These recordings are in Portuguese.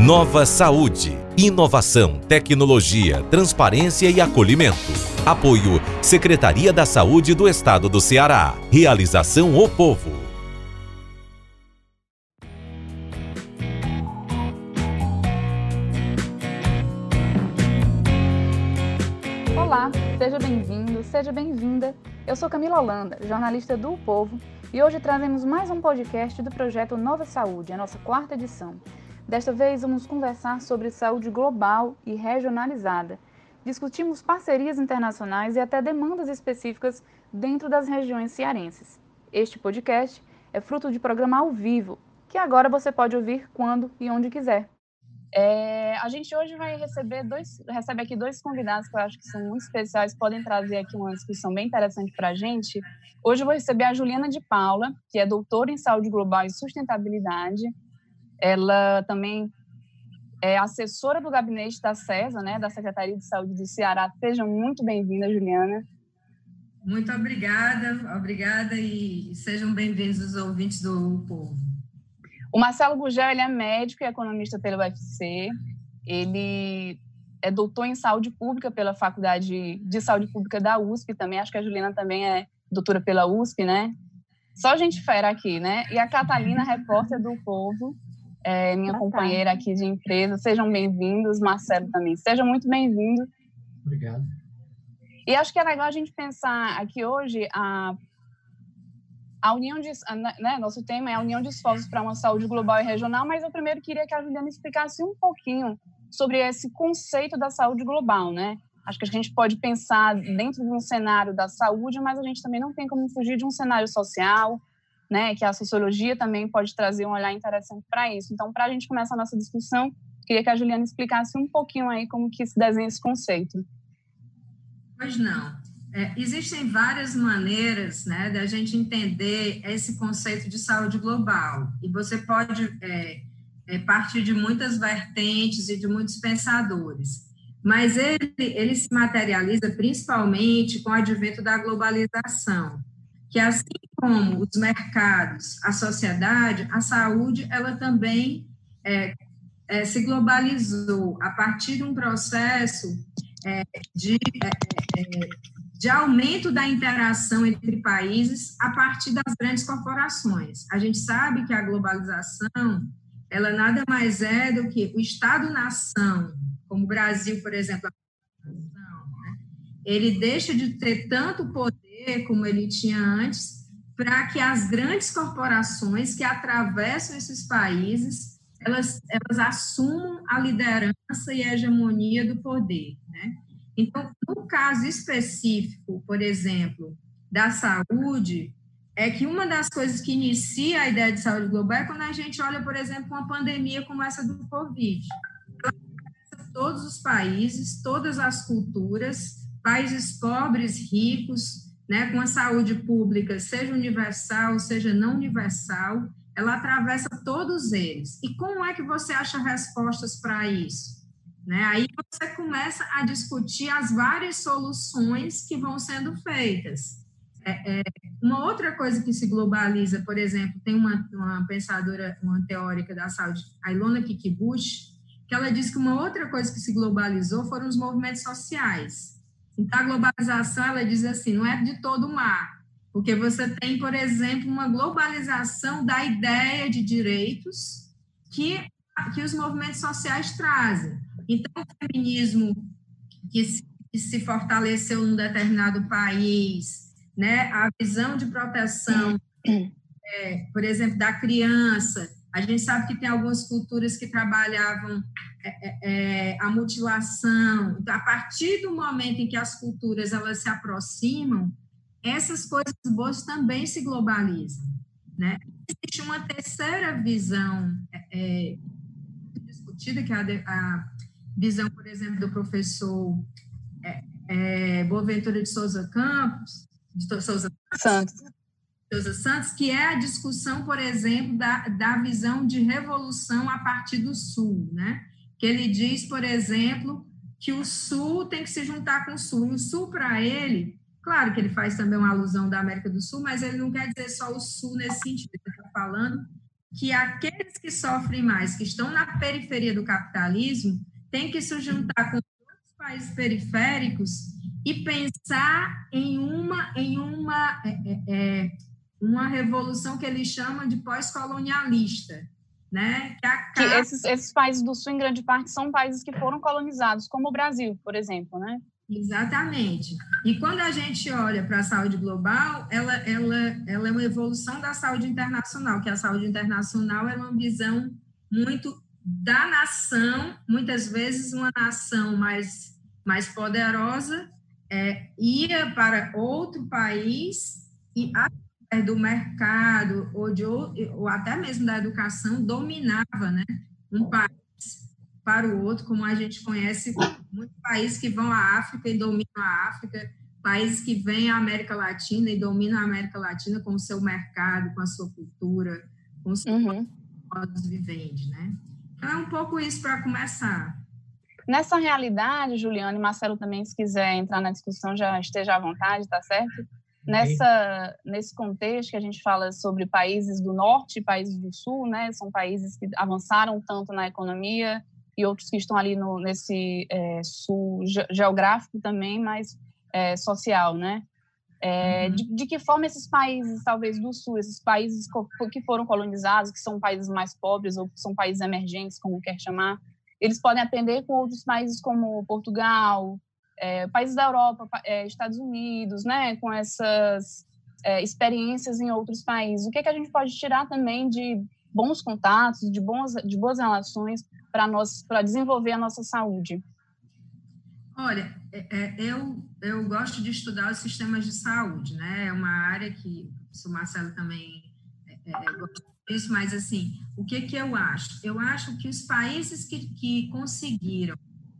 Nova Saúde. Inovação, tecnologia, transparência e acolhimento. Apoio Secretaria da Saúde do Estado do Ceará. Realização O Povo. Olá, seja bem-vindo, seja bem-vinda. Eu sou Camila Holanda, jornalista do O Povo, e hoje trazemos mais um podcast do projeto Nova Saúde, a nossa 4ª edição. Desta vez vamos conversar sobre saúde global e regionalizada. Discutimos parcerias internacionais e até demandas específicas dentro das regiões cearenses. Este podcast é fruto de programa ao vivo, que agora você pode ouvir quando e onde quiser. A gente hoje vai recebe aqui dois convidados que eu acho que são muito especiais, podem trazer aqui uma discussão bem interessante para a gente. Hoje eu vou receber a Juliana de Paula, que é doutora em Saúde Global e Sustentabilidade. Ela também é assessora do gabinete da SESA, né, da Secretaria de Saúde do Ceará. Seja muito bem-vinda, Juliana. Muito obrigada e sejam bem-vindos os ouvintes do Povo. O Marcelo Gugel, ele é médico e economista pelo UFC, ele é doutor em saúde pública pela Faculdade de Saúde Pública da USP também, acho que a Juliana também é doutora pela USP, né? Só gente fera aqui, né? E a Catalina, repórter do Povo, minha companheira aqui de empresa. Sejam bem-vindos, Marcelo também. Seja muito bem-vindo. Obrigado. E acho que é legal a gente pensar aqui hoje a união de, né, nosso tema é a união de esforços para uma saúde global e regional, mas eu primeiro queria que a Juliana explicasse um pouquinho sobre esse conceito da saúde global, né? Acho que a gente pode pensar dentro de um cenário da saúde, mas a gente também não tem como fugir de um cenário social, né? Que a sociologia também pode trazer um olhar interessante para isso. Então, para a gente começar a nossa discussão, queria que a Juliana explicasse um pouquinho aí como que se desenha esse conceito. Pois não. Existem várias maneiras, né, da gente entender esse conceito de saúde global. E você pode partir de muitas vertentes e de muitos pensadores. Mas ele se materializa principalmente com o advento da globalização, que assim como os mercados, a sociedade, a saúde, ela também se globalizou a partir de um processo de aumento da interação entre países a partir das grandes corporações. A gente sabe que a globalização, ela nada mais é do que o Estado-nação, como o Brasil, por exemplo, né? Ele deixa de ter tanto poder como ele tinha antes, para que as grandes corporações que atravessam esses países, elas assumam a liderança e a hegemonia do poder, né? Então, no caso específico, por exemplo, da saúde, é que uma das coisas que inicia a ideia de saúde global é quando a gente olha, por exemplo, uma pandemia como essa do Covid. Ela atravessa todos os países, todas as culturas, países pobres, ricos, né, com a saúde pública, seja universal, seja não universal, ela atravessa todos eles. E como é que você acha respostas para isso? Né? Aí você começa a discutir as várias soluções que vão sendo feitas. Uma outra coisa que se globaliza, por exemplo, tem uma pensadora, uma teórica da saúde, a Ilona Kikuchi, que ela diz que uma outra coisa que se globalizou foram os movimentos sociais. Então, a globalização, ela diz assim, não é de todo o mar, porque você tem, por exemplo, uma globalização da ideia de direitos que os movimentos sociais trazem. Então, o feminismo que se fortaleceu num determinado país, né, a visão de proteção, por exemplo, da criança, a gente sabe que tem algumas culturas que trabalhavam a mutilação. Então, a partir do momento em que as culturas elas se aproximam, essas coisas boas também se globalizam, né? Existe uma terceira visão discutida, que é a visão, por exemplo, do professor Boaventura de Souza Santos, que é a discussão, por exemplo, da visão de revolução a partir do Sul, né? Que ele diz, por exemplo, que o Sul tem que se juntar com o Sul. E o Sul, para ele, claro que ele faz também uma alusão da América do Sul, mas ele não quer dizer só o Sul nesse sentido, ele está falando que aqueles que sofrem mais, que estão na periferia do capitalismo, têm que se juntar com outros países periféricos e pensar em uma revolução que eles chamam de pós-colonialista, né? Que esses países do Sul, em grande parte, são países que foram colonizados, como o Brasil, por exemplo, né? Exatamente. E quando a gente olha para a saúde global, ela é uma evolução da saúde internacional, que a saúde internacional é uma visão muito da nação, muitas vezes uma nação mais poderosa ia para outro país e através do mercado ou até mesmo da educação dominava, né, um país para o outro, como a gente conhece muitos países que vão à África e dominam a África, países que vêm à América Latina e dominam a América Latina com o seu mercado, com a sua cultura, com o seu modo de vivendi, né? Então, é um pouco isso para começar. Nessa realidade, Juliana e Marcelo também, se quiser entrar na discussão, já esteja à vontade, tá certo? Nesse contexto que a gente fala sobre países do norte e países do sul, né? São países que avançaram tanto na economia e outros que estão ali nesse sul geográfico também, mas social, né? De que forma esses países, talvez do sul, esses países que foram colonizados, que são países mais pobres ou que são países emergentes, como quer chamar, eles podem aprender com outros países como Portugal, países da Europa, Estados Unidos, né? Com essas experiências em outros países. O que a gente pode tirar também de bons contatos, de boas relações para desenvolver a nossa saúde? Olha, eu gosto de estudar os sistemas de saúde, né? É uma área que o professor Marcelo também gosta disso, mas, assim, o que eu acho? Eu acho que os países que conseguiram,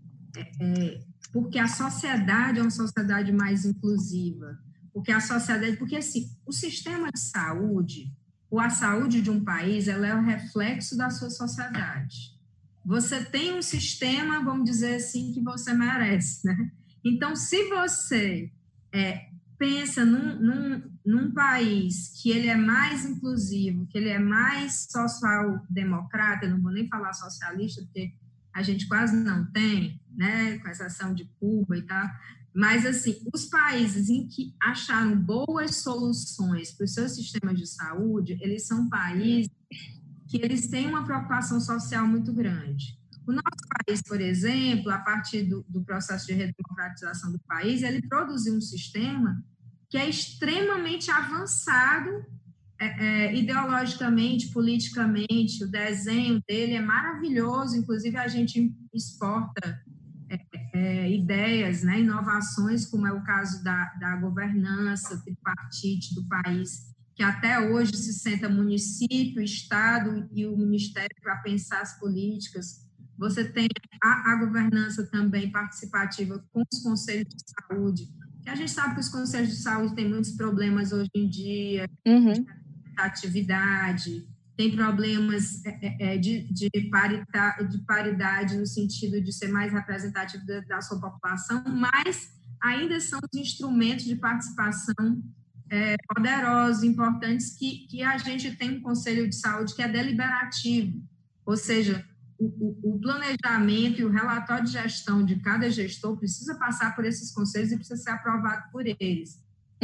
porque a sociedade é uma sociedade mais inclusiva, porque assim, o sistema de saúde, ou a saúde de um país, ela é o reflexo da sua sociedade. Você tem um sistema, vamos dizer assim, que você merece, né? Então, se você pensa num país que ele é mais inclusivo, que ele é mais social-democrata, não vou nem falar socialista, porque a gente quase não tem, né, com exceção de Cuba e tal, mas, assim, os países em que acharam boas soluções para os seus sistemas de saúde, eles são países que eles têm uma preocupação social muito grande. O nosso país, por exemplo, a partir do processo de redemocratização do país, ele produziu um sistema que é extremamente avançado ideologicamente, politicamente, o desenho dele é maravilhoso, inclusive a gente exporta ideias, né, inovações, como é o caso da governança tripartite do país, que até hoje se senta município, estado e o ministério para pensar as políticas. Você tem a governança também participativa com os conselhos de saúde, que a gente sabe que os conselhos de saúde têm muitos problemas hoje em dia, de atividade, tem problemas de paridade no sentido de ser mais representativo da sua população, mas ainda são os instrumentos de participação poderosos, importantes, que a gente tem um conselho de saúde que é deliberativo, ou seja, o planejamento e o relatório de gestão de cada gestor precisa passar por esses conselhos e precisa ser aprovado por eles.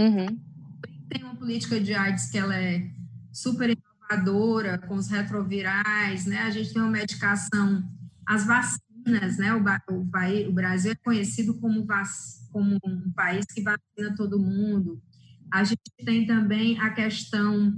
Tem uma política de AIDS que ela é super inovadora, com os retrovirais, né? A gente tem uma medicação, as vacinas, né? O Brasil é conhecido como um país que vacina todo mundo. A gente tem também a questão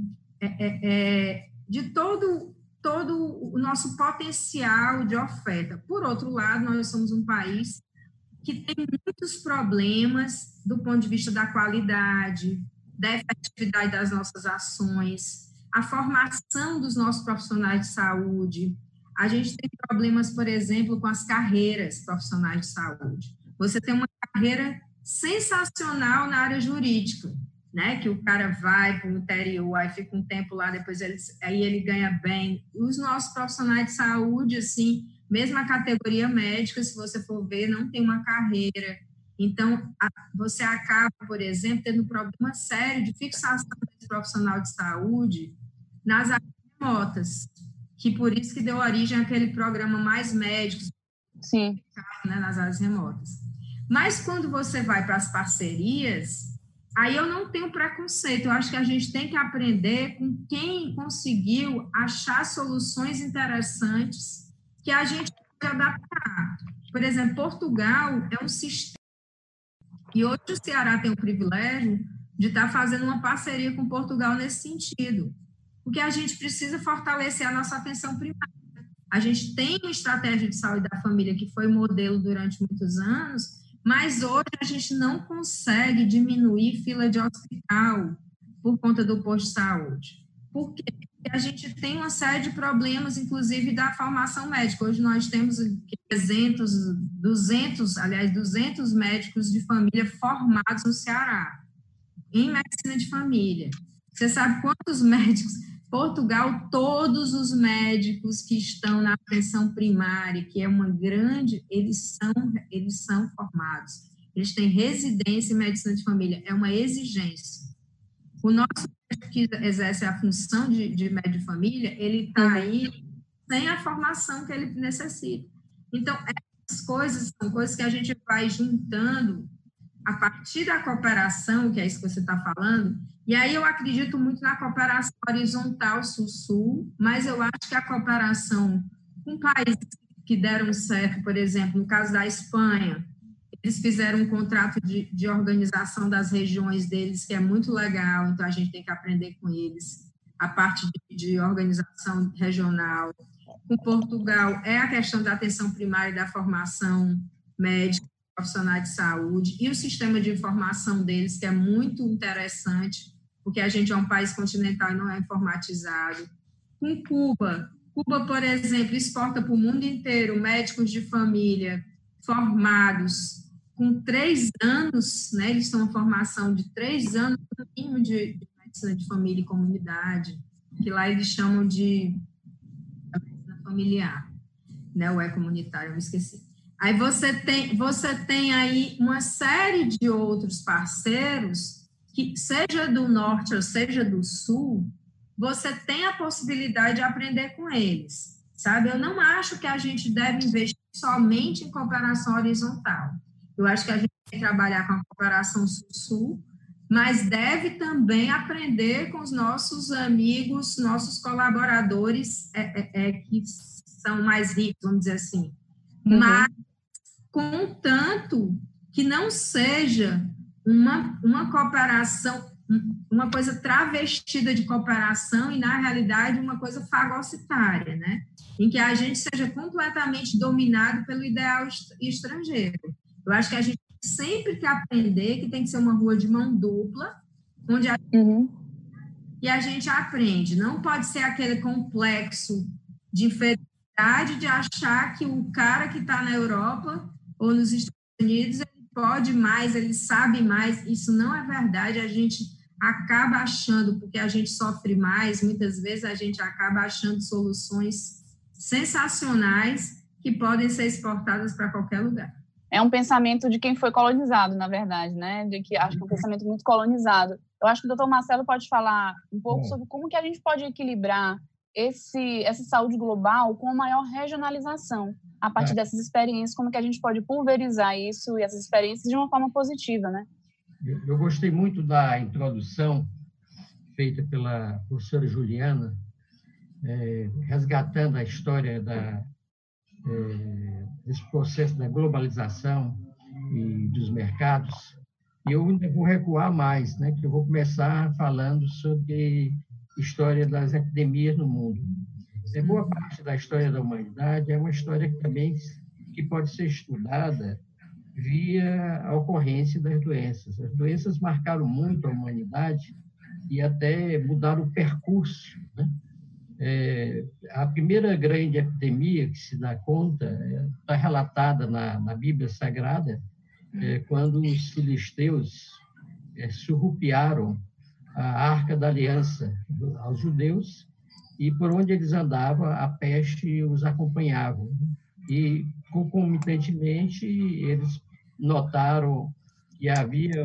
de todo o nosso potencial de oferta. Por outro lado, nós somos um país que tem muitos problemas do ponto de vista da qualidade, da efetividade das nossas ações, a formação dos nossos profissionais de saúde. A gente tem problemas, por exemplo, com as carreiras profissionais de saúde. Você tem uma carreira sensacional na área jurídica, né, que o cara vai para o interior, aí fica um tempo lá, depois ele ganha bem. E os nossos profissionais de saúde, assim, mesmo a categoria médica, se você for ver, não tem uma carreira. Então, você acaba, por exemplo, tendo um problema sério de fixação desse profissional de saúde nas áreas remotas, que por isso que deu origem àquele programa Mais Médicos, Sim. Né, nas áreas remotas. Mas quando você vai para as parcerias, aí eu não tenho preconceito, eu acho que a gente tem que aprender com quem conseguiu achar soluções interessantes que a gente pode adaptar. Por exemplo, Portugal é um sistema, e hoje o Ceará tem o privilégio de estar fazendo uma parceria com Portugal nesse sentido, porque a gente precisa fortalecer a nossa atenção primária. A gente tem uma estratégia de saúde da família que foi modelo durante muitos anos, mas hoje a gente não consegue diminuir fila de hospital por conta do posto de saúde. Por quê? Porque a gente tem uma série de problemas, inclusive da formação médica. Hoje nós temos 200 médicos de família formados no Ceará, em medicina de família. Você sabe quantos médicos? Portugal, todos os médicos que estão na atenção primária, que é uma grande, eles são formados. Eles têm residência em medicina de família, é uma exigência. O nosso médico que exerce a função de médico de família, ele está aí sem a formação que ele necessita. Então, essas coisas são coisas que a gente vai juntando a partir da cooperação, que é isso que você está falando. E aí eu acredito muito na cooperação horizontal sul-sul, mas eu acho que a cooperação com países que deram certo, por exemplo, no caso da Espanha, eles fizeram um contrato de organização das regiões deles, que é muito legal, então a gente tem que aprender com eles a parte de organização regional. Com Portugal, é a questão da atenção primária e da formação médica, profissionais de saúde, e o sistema de informação deles, que é muito interessante, porque a gente é um país continental e não é informatizado. Com Cuba, por exemplo, exporta para o mundo inteiro médicos de família formados com 3 anos, né, eles têm uma formação de 3 anos no mínimo de medicina de família e comunidade, que lá eles chamam de medicina familiar, né, ou é comunitário, eu me esqueci. Aí você tem aí uma série de outros parceiros que, seja do norte ou seja do sul, você tem a possibilidade de aprender com eles, sabe? Eu não acho que a gente deve investir somente em cooperação horizontal. Eu acho que a gente tem que trabalhar com a cooperação sul-sul, mas deve também aprender com os nossos amigos, nossos colaboradores que são mais ricos, vamos dizer assim. Mas, contanto que não seja uma cooperação, uma coisa travestida de cooperação e, na realidade, uma coisa fagocitária, né? Em que a gente seja completamente dominado pelo ideal estrangeiro. Eu acho que a gente sempre tem que aprender que tem que ser uma rua de mão dupla, onde e a gente aprende. Não pode ser aquele complexo de inferioridade de achar que o cara que está na Europa ou nos Estados Unidos, ele pode mais, ele sabe mais. Isso não é verdade. A gente acaba achando, porque a gente sofre mais, muitas vezes a gente acaba achando soluções sensacionais que podem ser exportadas para qualquer lugar. É um pensamento de quem foi colonizado, na verdade, né? De que acho que é um pensamento muito colonizado. Eu acho que o doutor Marcelo pode falar um pouco sobre como que a gente pode equilibrar essa saúde global com a maior regionalização, a partir dessas experiências, como que a gente pode pulverizar isso e essas experiências de uma forma positiva, né? Eu gostei muito da introdução feita pela professora Juliana, resgatando a história desse processo da globalização e dos mercados. E eu ainda vou recuar mais, né, que eu vou começar falando sobre história das epidemias no mundo. Boa parte da história da humanidade é uma história que também pode ser estudada via a ocorrência das doenças. As doenças marcaram muito a humanidade e até mudaram o percurso, né? A primeira grande epidemia que se dá conta está relatada na Bíblia Sagrada, quando os filisteus surrupiaram a Arca da Aliança aos judeus, e por onde eles andavam, a peste os acompanhava. E, concomitantemente, eles notaram que havia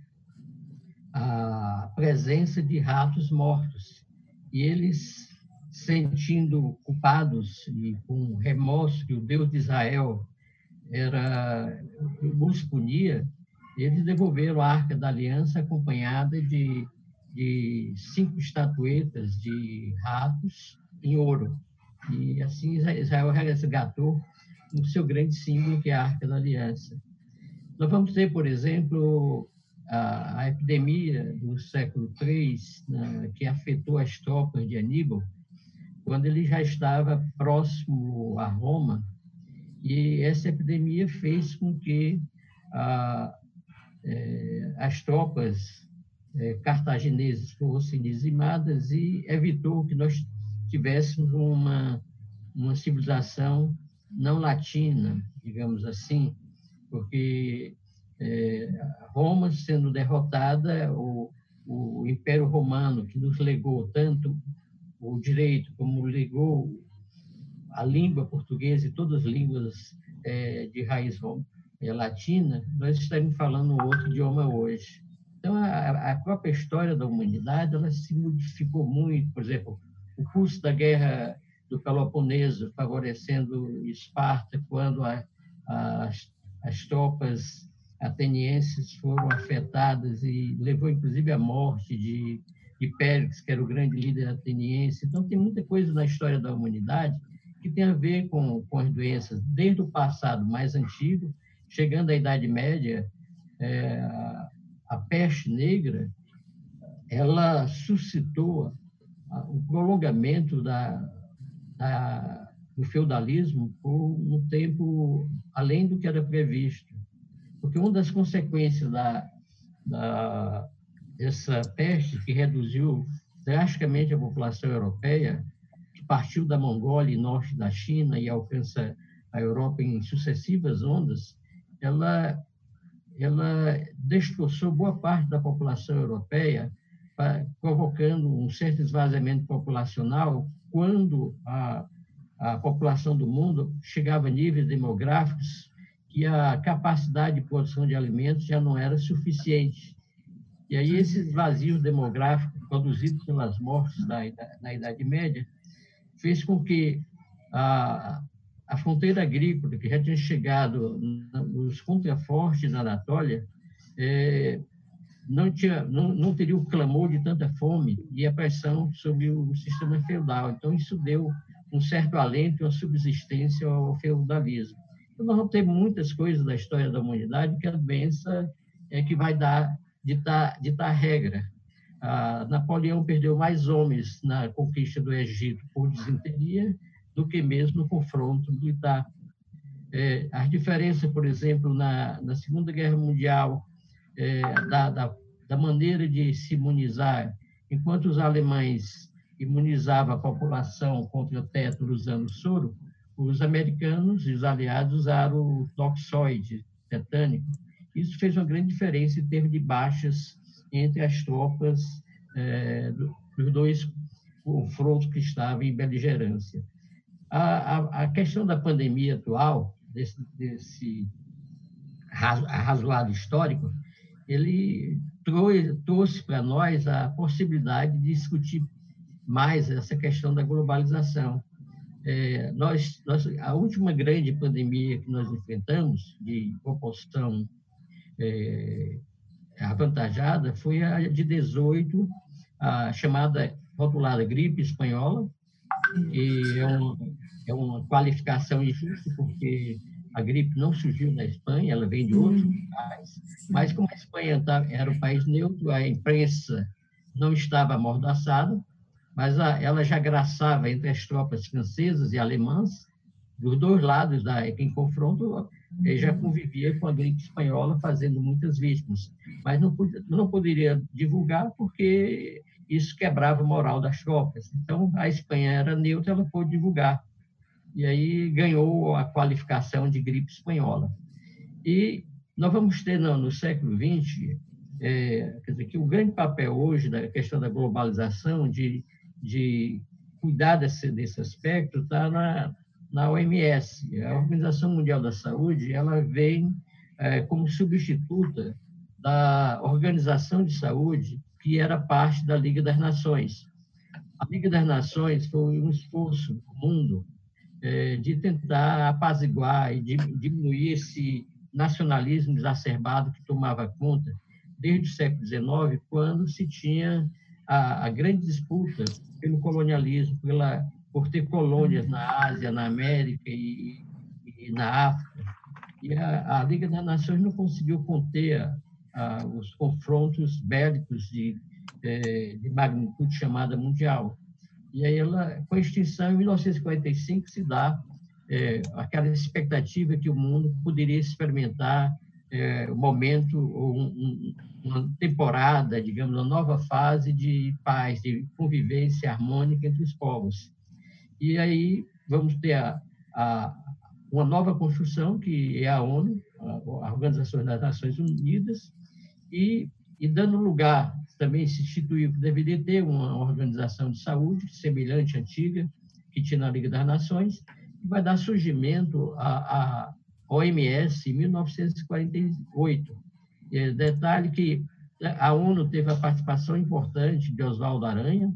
a presença de ratos mortos. E eles sentindo culpados e com remorso que o Deus de Israel os punia, eles devolveram a Arca da Aliança acompanhada de 5 estatuetas de ratos em ouro. E assim Israel resgatou o seu grande símbolo, que é a Arca da Aliança. Nós vamos ter, por exemplo, a epidemia do século III, que afetou as tropas de Aníbal, quando ele já estava próximo a Roma, e essa epidemia fez com que as tropas cartaginesas fossem dizimadas e evitou que nós tivéssemos uma civilização não latina, digamos assim, porque Roma sendo derrotada, o Império Romano, que nos legou tanto o direito como legou a língua portuguesa e todas as línguas de raiz latina, nós estaremos falando um outro idioma hoje. Então, a própria história da humanidade ela se modificou muito. Por exemplo, o curso da Guerra do Peloponeso, favorecendo Esparta, quando as tropas atenienses foram afetadas e levou, inclusive, à morte de Péricles, que era o grande líder ateniense. Então, tem muita coisa na história da humanidade que tem a ver com as doenças, desde o passado mais antigo, chegando à Idade Média. A peste negra, ela suscitou o prolongamento do feudalismo por um tempo além do que era previsto. Porque uma das consequências dessa peste, que reduziu drasticamente a população europeia, que partiu da Mongólia e norte da China e alcança a Europa em sucessivas ondas, ela destroçou boa parte da população europeia, provocando um certo esvaziamento populacional, quando a população do mundo chegava a níveis demográficos que a capacidade de produção de alimentos já não era suficiente. E aí esse vazio demográfico produzido pelas mortes na Idade Média fez com que a fronteira agrícola, que já tinha chegado nos contrafortes da Anatólia, não teria o clamor de tanta fome e a pressão sobre o sistema feudal. Então, isso deu um certo alento e uma subsistência ao feudalismo. Então, nós vamos ter muitas coisas da história da humanidade que a doença que vai ditar regra. Napoleão perdeu mais homens na conquista do Egito por disenteria do que mesmo no confronto militar. As diferenças, por exemplo, na Segunda Guerra Mundial, da maneira de se imunizar, enquanto os alemães imunizavam a população contra o tétano usando soro, os americanos e os aliados usaram o toxoide tetânico. Isso fez uma grande diferença em termos de baixas entre as tropas dos dois confrontos que estavam em beligerância. A questão da pandemia atual, desse arrazoado histórico, ele trouxe para nós a possibilidade de discutir mais essa questão da globalização. A última grande pandemia que nós enfrentamos, de proporção avantajada, foi a de 18, a chamada, rotulada gripe espanhola, que é uma qualificação injusta, porque a gripe não surgiu na Espanha, ela vem de outros lugares, mas como a Espanha era um país neutro, a imprensa não estava amordaçada, mas ela já graçava entre as tropas francesas e alemãs, dos dois lados em confronto, já convivia com a gripe espanhola, fazendo muitas vítimas, mas não poderia divulgar porque isso quebrava a moral das tropas. Então, a Espanha era neutra, ela pôde divulgar. E aí ganhou a qualificação de gripe espanhola. E nós vamos ter, no século XX, quer dizer, que o grande papel hoje da questão da globalização, de cuidar desse aspecto, está na OMS. A Organização Mundial da Saúde, ela vem como substituta da Organização de Saúde, que era parte da Liga das Nações. A Liga das Nações foi um esforço do mundo de tentar apaziguar e diminuir esse nacionalismo exacerbado que tomava conta desde o século XIX, quando se tinha a grande disputa pelo colonialismo, por ter colônias na Ásia, na América e na África. E a Liga das Nações não conseguiu conter os confrontos bélicos de magnitude chamada mundial. E aí, com a extinção, em 1945, se dá aquela expectativa que o mundo poderia experimentar um momento, uma temporada, digamos, uma nova fase de paz, de convivência harmônica entre os povos. E aí vamos ter uma nova construção, que é a ONU, a Organização das Nações Unidas, e dando lugar, também se instituiu que deveria ter uma organização de saúde semelhante à antiga, que tinha na Liga das Nações, que vai dar surgimento à OMS em 1948. Detalhe que a ONU teve a participação importante de Oswaldo Aranha,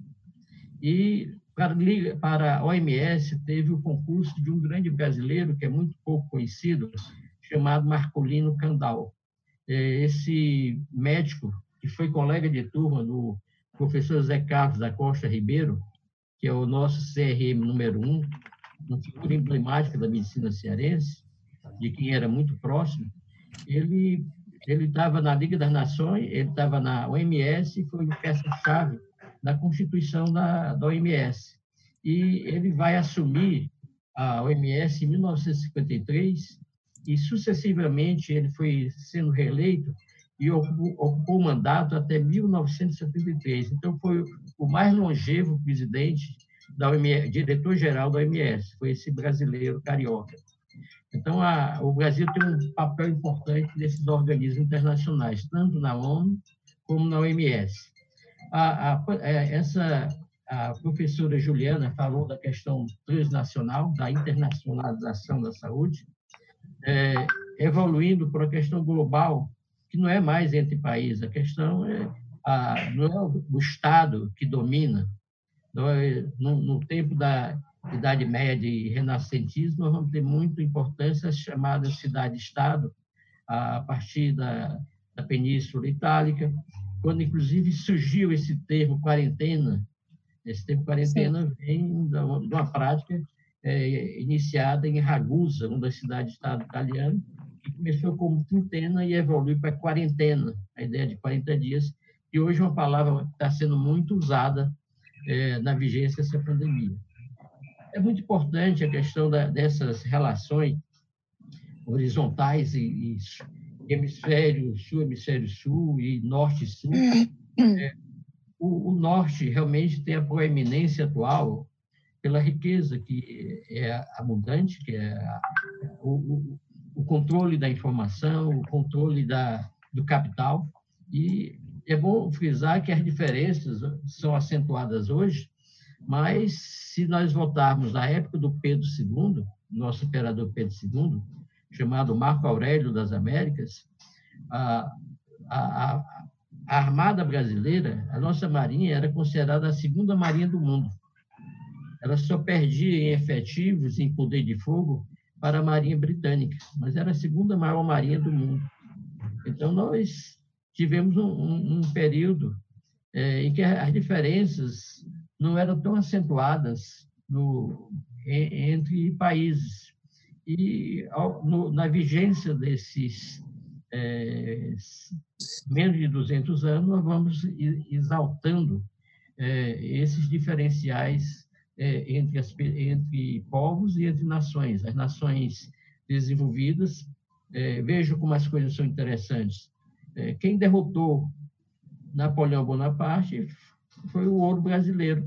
e para a OMS teve o concurso de um grande brasileiro, que é muito pouco conhecido, chamado Marcolino Candal. Esse médico, que foi colega de turma do professor Zé Carlos da Costa Ribeiro, que é o nosso CRM número 1, uma figura emblemática da medicina cearense, de quem era muito próximo, ele estava na Liga das Nações, ele estava na OMS e foi peça-chave da constituição da OMS. E ele vai assumir a OMS em 1953 e, sucessivamente, ele foi sendo reeleito e ocupou o mandato até 1973. Então, foi o mais longevo presidente da OMS, diretor-geral da OMS, foi esse brasileiro carioca. Então, o Brasil tem um papel importante nesses organismos internacionais, tanto na ONU como na OMS. A professora Juliana falou da questão transnacional, da internacionalização da saúde, evoluindo para a questão global, que não é mais entre países, a questão não é o Estado que domina. No tempo da Idade Média e Renascentismo, nós vamos ter muita importância as chamadas cidade-estado, a partir da Península Itálica, quando, inclusive, surgiu esse termo quarentena. Esse termo quarentena Sim. Vem de uma prática iniciada em Ragusa, uma das cidades-estado italianas, que começou como quintena e evoluiu para quarentena, a ideia de 40 dias, e hoje é uma palavra que está sendo muito usada na vigência dessa pandemia. É muito importante a questão dessas relações horizontais e hemisfério sul e norte-sul. O norte realmente tem a proeminência atual pela riqueza que é abundante, que é o controle da informação, o controle do capital. E é bom frisar que as diferenças são acentuadas hoje, mas se nós voltarmos à época do Pedro II, nosso imperador Pedro II, chamado Marco Aurélio das Américas, a Armada Brasileira, a nossa marinha, era considerada a segunda marinha do mundo. Ela só perdia em efetivos, em poder de fogo, para a Marinha Britânica, mas era a segunda maior marinha do mundo. Então, nós tivemos um período em que as diferenças não eram tão acentuadas entre países. E, na vigência desses menos de 200 anos, nós vamos exaltando esses diferenciais entre povos e entre nações. As nações desenvolvidas, vejam como as coisas são interessantes. Quem derrotou Napoleão Bonaparte foi o ouro brasileiro.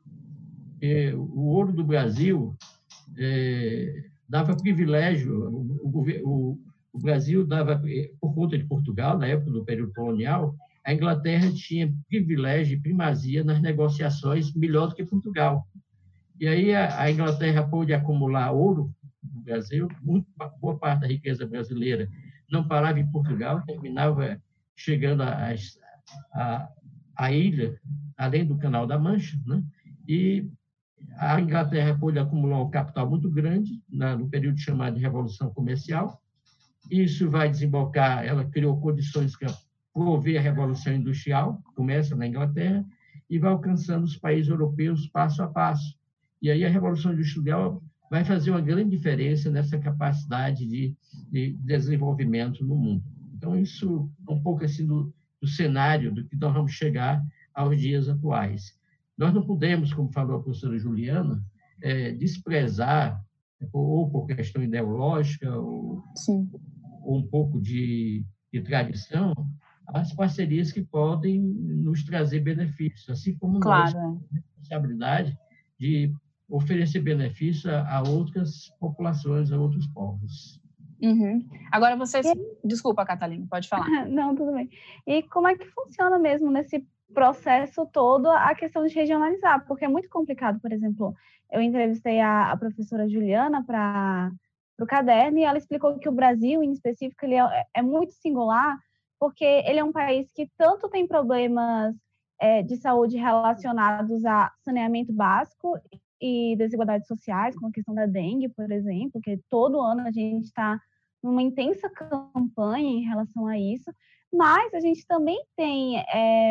O ouro do Brasil dava privilégio, o Brasil dava, por conta de Portugal, na época do período colonial, a Inglaterra tinha privilégio e primazia nas negociações melhor do que Portugal. E aí a Inglaterra pôde acumular ouro no Brasil, boa parte da riqueza brasileira não parava em Portugal, terminava chegando à ilha, além do Canal da Mancha, né? E a Inglaterra pôde acumular um capital muito grande no período chamado de Revolução Comercial. Isso vai desembocar, ela criou condições para promover a Revolução Industrial, começa na Inglaterra, e vai alcançando os países europeus passo a passo. E aí a Revolução Industrial vai fazer uma grande diferença nessa capacidade de desenvolvimento no mundo. Então, isso é um pouco assim do cenário do que nós vamos chegar aos dias atuais. Nós não podemos, como falou a professora Juliana, desprezar, ou por questão ideológica, ou um pouco de tradição, as parcerias que podem nos trazer benefícios, assim como nós temos a responsabilidade de oferecer benefício a outras populações, a outros povos. Uhum. Agora vocês... Desculpa, Catalina, pode falar. Não, tudo bem. E como é que funciona mesmo nesse processo todo a questão de regionalizar? Porque é muito complicado, por exemplo, eu entrevistei a professora Juliana para o caderno e ela explicou que o Brasil, em específico, ele é muito singular porque ele é um país que tanto tem problemas de saúde relacionados a saneamento básico e desigualdades sociais, como a questão da dengue, por exemplo, que todo ano a gente está numa intensa campanha em relação a isso, mas a gente também tem,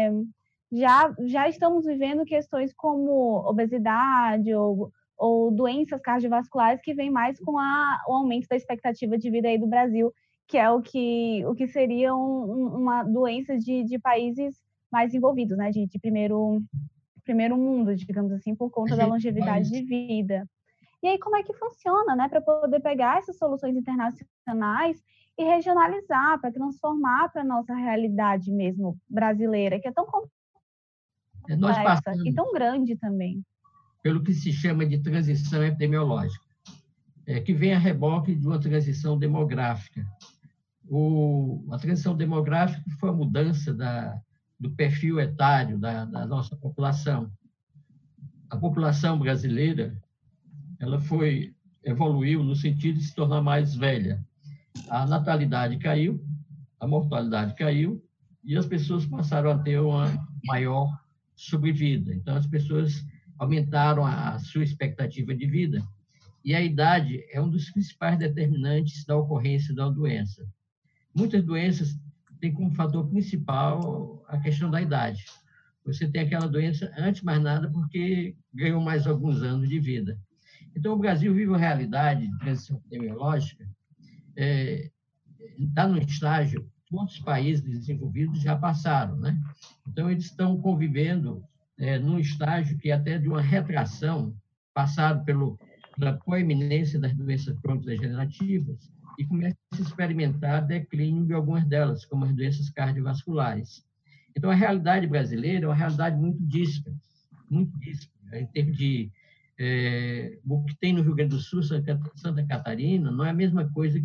já estamos vivendo questões como obesidade ou doenças cardiovasculares que vêm mais com o aumento da expectativa de vida aí do Brasil, que é o que seria uma doença de países mais envolvidos, né, de primeiro mundo, digamos assim, por conta da longevidade de vida. E aí, como é que funciona, né, para poder pegar essas soluções internacionais e regionalizar, para transformar para a nossa realidade mesmo brasileira, que é tão complexa e tão grande também. Pelo que se chama de transição epidemiológica, que vem a reboque de uma transição demográfica. A transição demográfica foi a mudança do perfil etário da nossa população. A população brasileira ela evoluiu no sentido de se tornar mais velha. A natalidade caiu, a mortalidade caiu, e as pessoas passaram a ter uma maior sobrevida. Então, as pessoas aumentaram a sua expectativa de vida, e a idade é um dos principais determinantes da ocorrência da doença. Muitas doenças têm como fator principal a questão da idade. Você tem aquela doença, antes de mais nada, porque ganhou mais alguns anos de vida. Então, o Brasil vive uma realidade de transição epidemiológica, está no estágio que outros países desenvolvidos já passaram, né? Então, eles estão convivendo num estágio que é até de uma retração, passado pela proeminência das doenças crônico-degenerativas, e começa a se experimentar declínio de algumas delas, como as doenças cardiovasculares. Então, a realidade brasileira é uma realidade muito díspara, em termos de o que tem no Rio Grande do Sul, Santa Catarina, não é a mesma coisa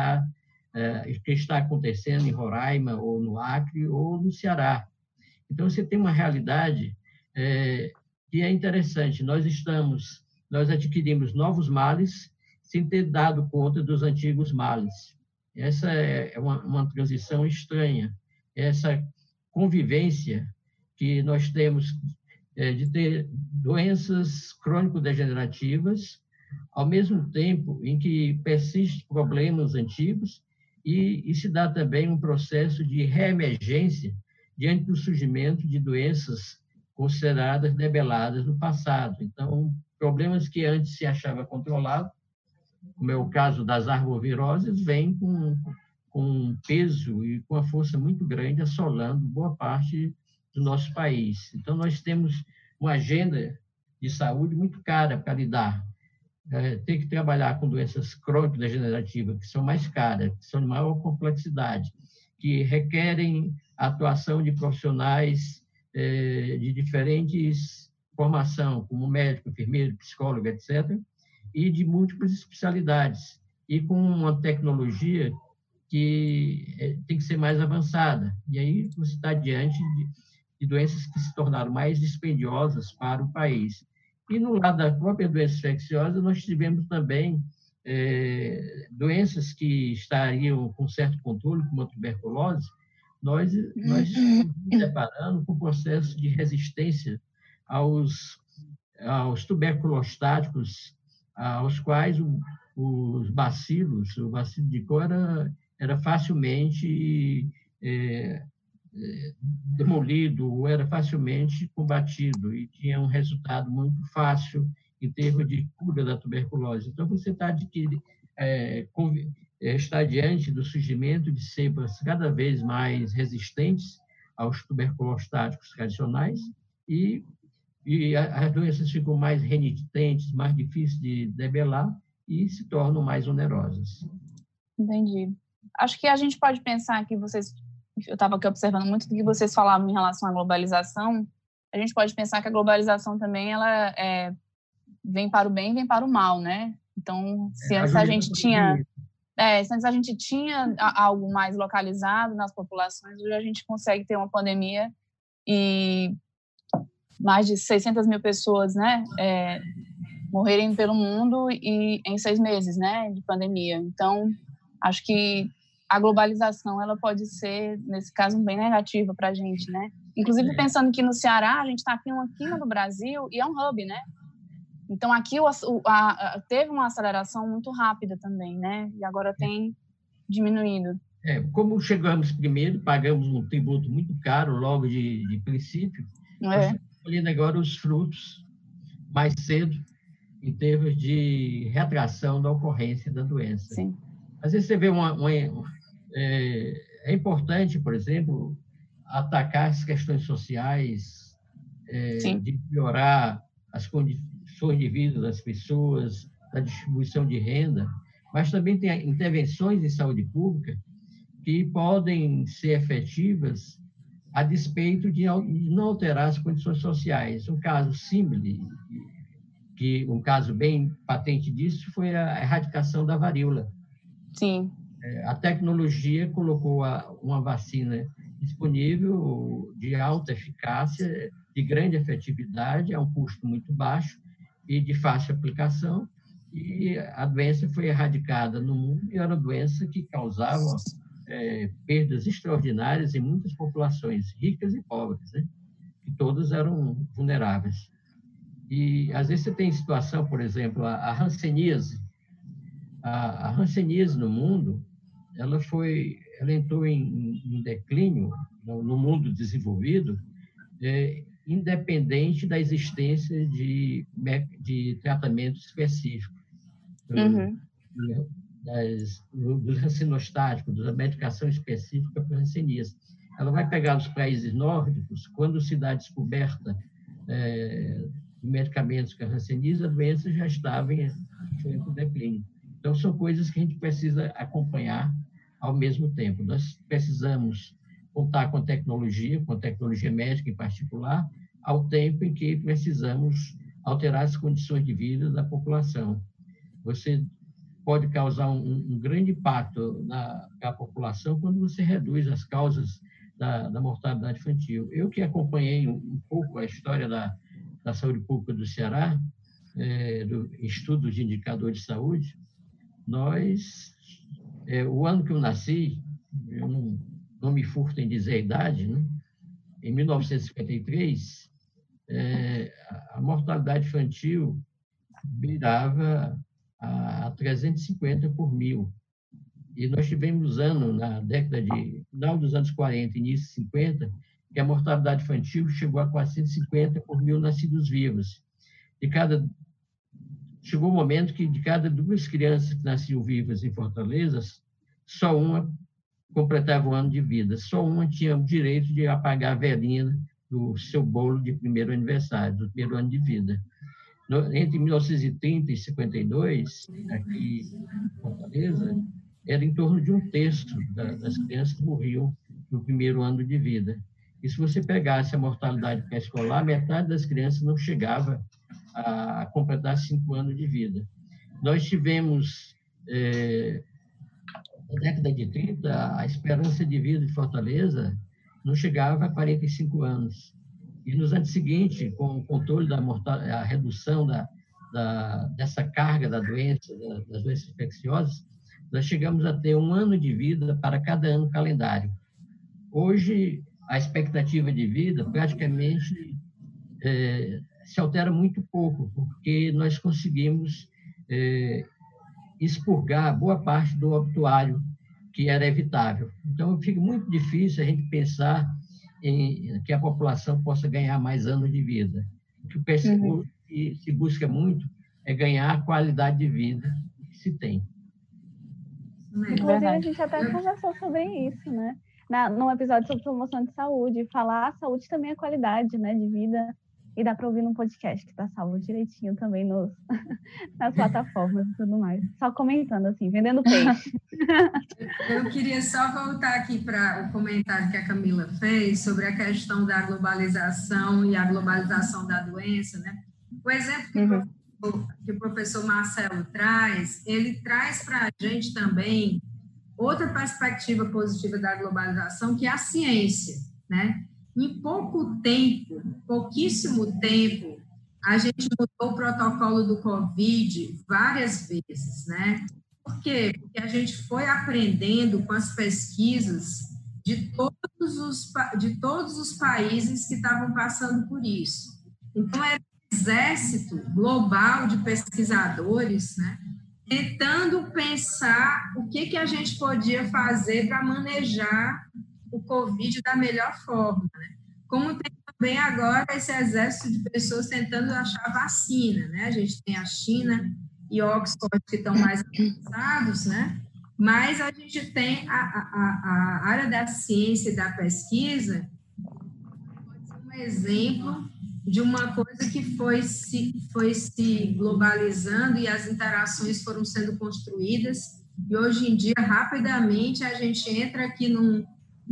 que está acontecendo em Roraima, ou no Acre, ou no Ceará. Então, você tem uma realidade que é interessante. Nós adquirimos novos males sem ter dado conta dos antigos males. Essa é uma transição estranha. Essa convivência que nós temos de ter doenças crônico-degenerativas, ao mesmo tempo em que persistem problemas antigos e se dá também um processo de reemergência diante do surgimento de doenças consideradas debeladas no passado. Então, problemas que antes se achava controlado, como é o caso das arboviroses, vêm com um peso e com uma força muito grande assolando boa parte do nosso país. Então, nós temos uma agenda de saúde muito cara para lidar. Tem que trabalhar com doenças crônico-degenerativas, que são mais caras, que são de maior complexidade, que requerem a atuação de profissionais de diferentes formação, como médico, enfermeiro, psicólogo, etc., e de múltiplas especialidades, e com uma tecnologia que tem que ser mais avançada. E aí você está diante de doenças que se tornaram mais dispendiosas para o país. E no lado da própria doença infecciosa, nós tivemos também doenças que estariam com certo controle, como a tuberculose. Nós estamos nos deparando com o processo de resistência aos aos tuberculostáticos, aos quais os bacilos, o bacilo de Koch era facilmente demolido, ou era facilmente combatido, e tinha um resultado muito fácil em termos de cura da tuberculose. Então, você está diante do surgimento de cepas cada vez mais resistentes aos tuberculostáticos tradicionais, e as doenças ficam mais renitentes, mais difíceis de debelar e se tornam mais onerosas. Entendi. Acho que a gente pode pensar que eu estava aqui observando muito do que vocês falavam em relação à globalização. A gente pode pensar que a globalização também ela vem para o bem e vem para o mal, né? Então, se antes a gente tinha algo mais localizado nas populações, hoje a gente consegue ter uma pandemia e mais de 600 mil pessoas, né, morrerem pelo mundo e em 6 meses, né, de pandemia. Então, acho que a globalização ela pode ser, nesse caso, bem negativa para a gente, né? Inclusive, pensando que no Ceará, a gente está aqui uma quina do Brasil e é um hub, né? Então, aqui teve uma aceleração muito rápida também, né? E agora tem diminuído. Como chegamos primeiro, pagamos um tributo muito caro logo de princípio, nós estamos colhendo agora os frutos mais cedo, em termos de retração da ocorrência da doença. Sim. Às vezes você vê é importante, por exemplo, atacar as questões sociais, de melhorar as condições de vida das pessoas, da distribuição de renda, mas também tem intervenções em saúde pública que podem ser efetivas a despeito de não alterar as condições sociais. Um caso símile, um caso bem patente disso, foi a erradicação da varíola. Sim. A tecnologia colocou uma vacina disponível de alta eficácia, de grande efetividade, a um custo muito baixo e de fácil aplicação, e a doença foi erradicada no mundo, e era uma doença que causava perdas extraordinárias em muitas populações, ricas e pobres, né? Que todas eram vulneráveis. E, às vezes, você tem situação, por exemplo, a hanseníase. A hanseníase no mundo, ela entrou em declínio no mundo desenvolvido, independente da existência de tratamento específico. Uhum. Dos racinostáticos, da medicação específica para a hanseníase. Ela vai pegar os países nórdicos, quando se dá a descoberta de medicamentos para a hanseníase, a doença já estava em declínio. Então, são coisas que a gente precisa acompanhar ao mesmo tempo. Nós precisamos contar com tecnologia médica em particular, ao tempo em que precisamos alterar as condições de vida da população. Você pode causar um grande impacto na população quando você reduz as causas da mortalidade infantil. Eu que acompanhei um pouco a história da saúde pública do Ceará, do estudo de indicadores de saúde, o ano que eu nasci, eu não me furto em dizer a idade, né? Em 1953, a mortalidade infantil beirava a 350 por mil. E nós tivemos na década final dos anos 40, início de 50, que a mortalidade infantil chegou a 450 por mil nascidos vivos. Chegou o momento que, de cada 2 crianças que nasciam vivas em Fortaleza, só uma completava o ano de vida, só uma tinha o direito de apagar a velhinha do seu bolo de primeiro aniversário, do primeiro ano de vida. Entre 1930 e 52, aqui em Fortaleza, era em torno de 1/3 das crianças que morriam no primeiro ano de vida. E se você pegasse a mortalidade pré-escolar, metade das crianças não chegava a completar 5 anos de vida. Nós tivemos, na década de 30, a esperança de vida de Fortaleza não chegava a 45 anos. E nos anos seguintes, com o controle a redução dessa carga da doença, das doenças infecciosas, nós chegamos a ter 1 ano de vida para cada ano calendário. Hoje, a expectativa de vida praticamente se altera muito pouco, porque nós conseguimos expurgar boa parte do obituário que era evitável. Então, fica muito difícil a gente pensar em que a população possa ganhar mais anos de vida. O que se busca muito é ganhar a qualidade de vida que se tem. Inclusive, a gente até conversou sobre isso, né? Num episódio sobre promoção de saúde, falar a saúde também é qualidade, né, de vida, e dá para ouvir num podcast que tá salvo direitinho também nas plataformas e tudo mais. Só comentando, assim, vendendo peixe. Eu queria só voltar aqui para o comentário que a Camila fez sobre a questão da globalização e a globalização da doença, né? O exemplo que o professor Marcelo traz, ele traz para a gente também outra perspectiva positiva da globalização, que é a ciência, né? Em pouquíssimo tempo, a gente mudou o protocolo do Covid várias vezes, né? Por quê? Porque a gente foi aprendendo com as pesquisas de todos os países que estavam passando por isso. Então, era um exército global de pesquisadores, né? Tentando pensar o que a gente podia fazer para manejar o Covid da melhor forma, né? Como tem também agora esse exército de pessoas tentando achar vacina, né? A gente tem a China e Oxford que estão mais avançados, né? Mas a gente tem a área da ciência e da pesquisa, pode ser um exemplo de uma coisa que foi se globalizando e as interações foram sendo construídas, e hoje em dia, rapidamente, a gente entra aqui num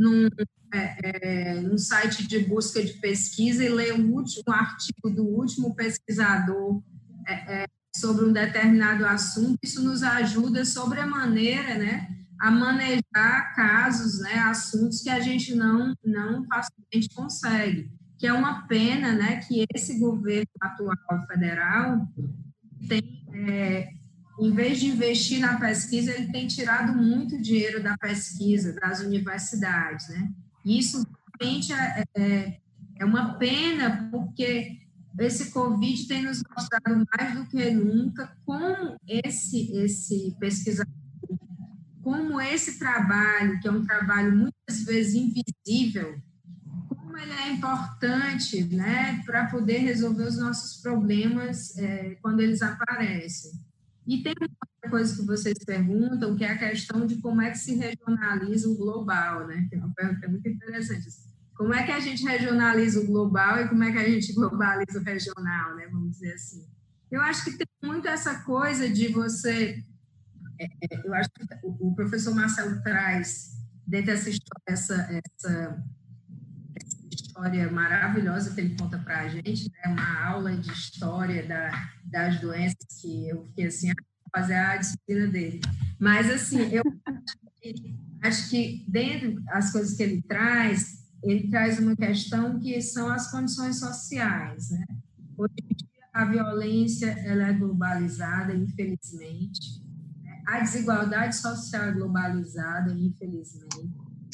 site de busca de pesquisa e lê um artigo do último pesquisador sobre um determinado assunto. Isso nos ajuda sobremaneira, né, a manejar casos, né, assuntos que a gente não facilmente consegue, que é uma pena, né, que esse governo atual federal tem, em vez de investir na pesquisa, ele tem tirado muito dinheiro da pesquisa, das universidades, né? Isso realmente é uma pena, porque esse Covid tem nos mostrado mais do que nunca como esse pesquisador, como esse trabalho, que é um trabalho muitas vezes invisível, como ele é importante, né, para poder resolver os nossos problemas quando eles aparecem. E tem uma outra coisa que vocês perguntam, que é a questão de como é que se regionaliza o global, né? Que é uma pergunta muito interessante. Como é que a gente regionaliza o global e como é que a gente globaliza o regional, né? Vamos dizer assim. Eu acho que tem muito essa coisa de você... eu acho que o professor Marcelo traz, dentro dessa história, essa história maravilhosa que ele conta para a gente, né? Uma aula de história das doenças que eu fiquei assim, vou fazer a disciplina dele. Mas, assim, eu acho que dentro das coisas que ele traz uma questão que são as condições sociais, né? Hoje em dia, a violência ela é globalizada, infelizmente, né? A desigualdade social é globalizada, infelizmente.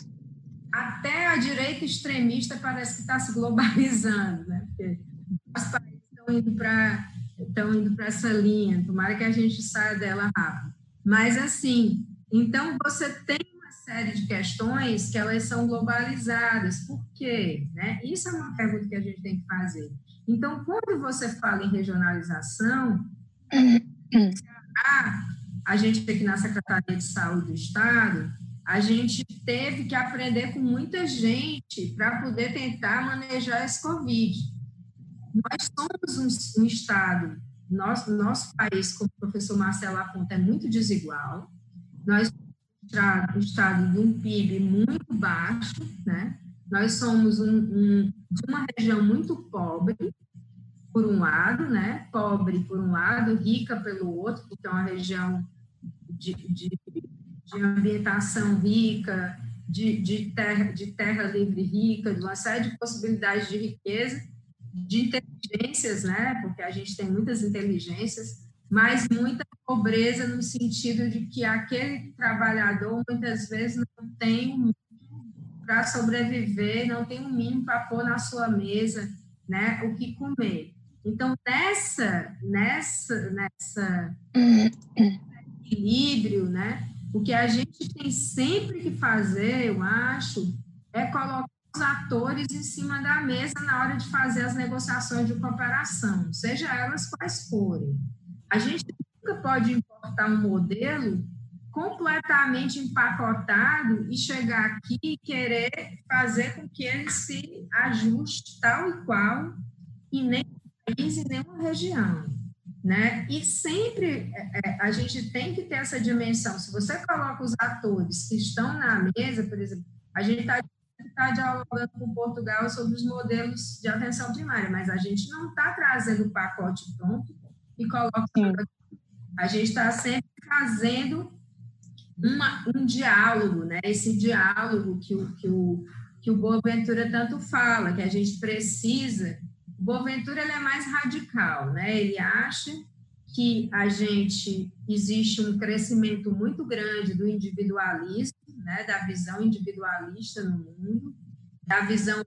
Até a direita extremista parece que está se globalizando, né? Porque os países estão indo para essa linha, tomara que a gente saia dela rápido. Mas, assim, então você tem uma série de questões que elas são globalizadas. Por quê? Né? Isso é uma pergunta que a gente tem que fazer. Então, quando você fala em regionalização, a gente aqui na Secretaria de Saúde do Estado, a gente teve que aprender com muita gente para poder tentar manejar esse Covid. Nós somos um Estado, nosso país, como o professor Marcelo aponta, é muito desigual. Nós somos um Estado de um PIB muito baixo, né? Nós somos de uma região muito pobre, por um lado, né? Pobre por um lado, rica pelo outro, porque é uma região de ambientação rica, de terra livre rica, de uma série de possibilidades de riqueza, de inteligências, né? Porque a gente tem muitas inteligências, mas muita pobreza no sentido de que aquele trabalhador muitas vezes não tem para sobreviver, não tem um mínimo para pôr na sua mesa, né? O que comer. Então, nessa equilíbrio, né, o que a gente tem sempre que fazer, eu acho, é colocar os atores em cima da mesa na hora de fazer as negociações de cooperação, seja elas quais forem. A gente nunca pode importar um modelo completamente empacotado e chegar aqui e querer fazer com que ele se ajuste tal e qual em nenhum país e nenhuma região, né? E sempre a gente tem que ter essa dimensão. Se você coloca os atores que estão na mesa, por exemplo, a gente está dialogando com Portugal sobre os modelos de atenção primária, mas a gente não está trazendo o pacote pronto e colocando. A gente está sempre fazendo um diálogo, né? Esse diálogo que o Boaventura tanto fala, que a gente precisa. O Boaventura ele é mais radical, né? Ele acha que existe um crescimento muito grande do individualismo, né? Da visão individualista no mundo, da visão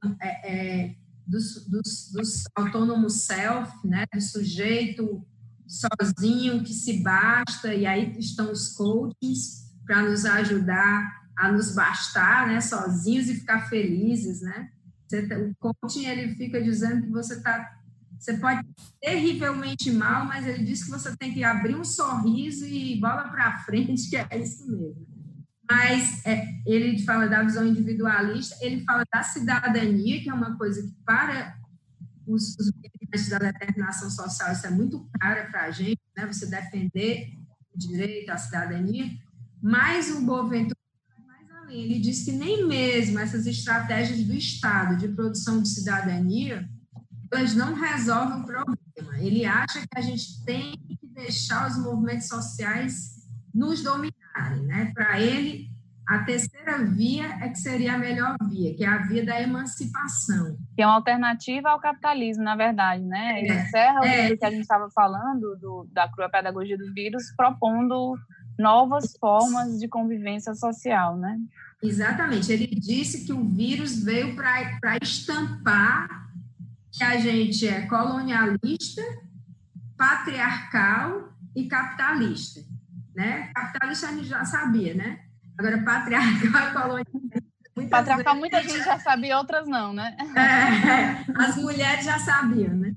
dos autônomos self, né? Do sujeito sozinho que se basta, e aí estão os coaches para nos ajudar a nos bastar, né, sozinhos e ficar felizes, né? O coaching, ele fica dizendo que você pode terrivelmente mal, mas ele diz que você tem que abrir um sorriso e bola para frente, que é isso mesmo. Mas ele fala da visão individualista, ele fala da cidadania, que é uma coisa que para os militantes da determinação social, isso é muito cara para a gente, né? Você defender o direito à cidadania, mas o Boaventura vai mais além. Ele diz que nem mesmo essas estratégias do Estado de produção de cidadania, elas não resolvem o problema. Ele acha que a gente tem que deixar os movimentos sociais nos dominarem, né? Para ele, a terceira via é que seria a melhor via, que é a via da emancipação. Que é uma alternativa ao capitalismo, na verdade, né? Ele encerra o livro que a gente estava falando, da cruel pedagogia do vírus, propondo novas formas de convivência social, né? Exatamente. Ele disse que o vírus veio para estampar que a gente é colonialista, patriarcal e capitalista, né? Capitalista a gente já sabia, né? Agora, patriarcal e colonialista... Patriarcal muita gente já sabia, outras não, né? As mulheres já sabiam, né?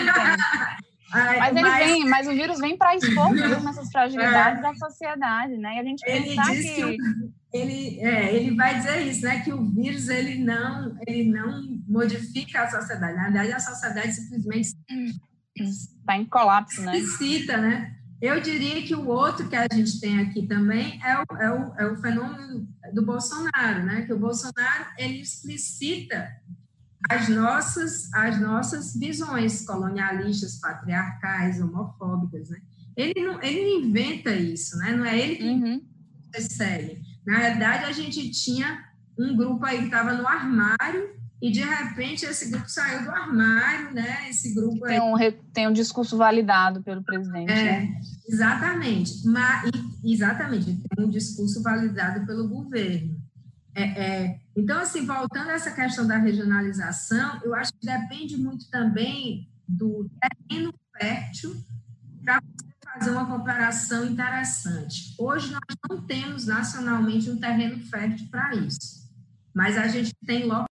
Mas o vírus vem para expor mesmo essas fragilidades da sociedade, né? E a gente pensar que... Ele vai dizer isso, né? Que o vírus ele não modifica a sociedade. Na verdade, a sociedade simplesmente está em colapso, né? Necessita, né? Eu diria que o outro que a gente tem aqui também é o fenômeno do Bolsonaro, né? Que o Bolsonaro ele explicita as nossas visões colonialistas, patriarcais, homofóbicas, né? Ele não inventa isso, né? Não é ele que percebe. Na verdade, a gente tinha um grupo aí que estava no armário e, de repente, esse grupo saiu do armário, né? Esse grupo aí... Tem um discurso validado pelo presidente. Né? Exatamente. Exatamente, tem um discurso validado pelo governo. Então, assim, voltando a essa questão da regionalização, eu acho que depende muito também do terreno fértil para você fazer uma cooperação interessante. Hoje, nós não temos nacionalmente um terreno fértil para isso, mas a gente tem localmente,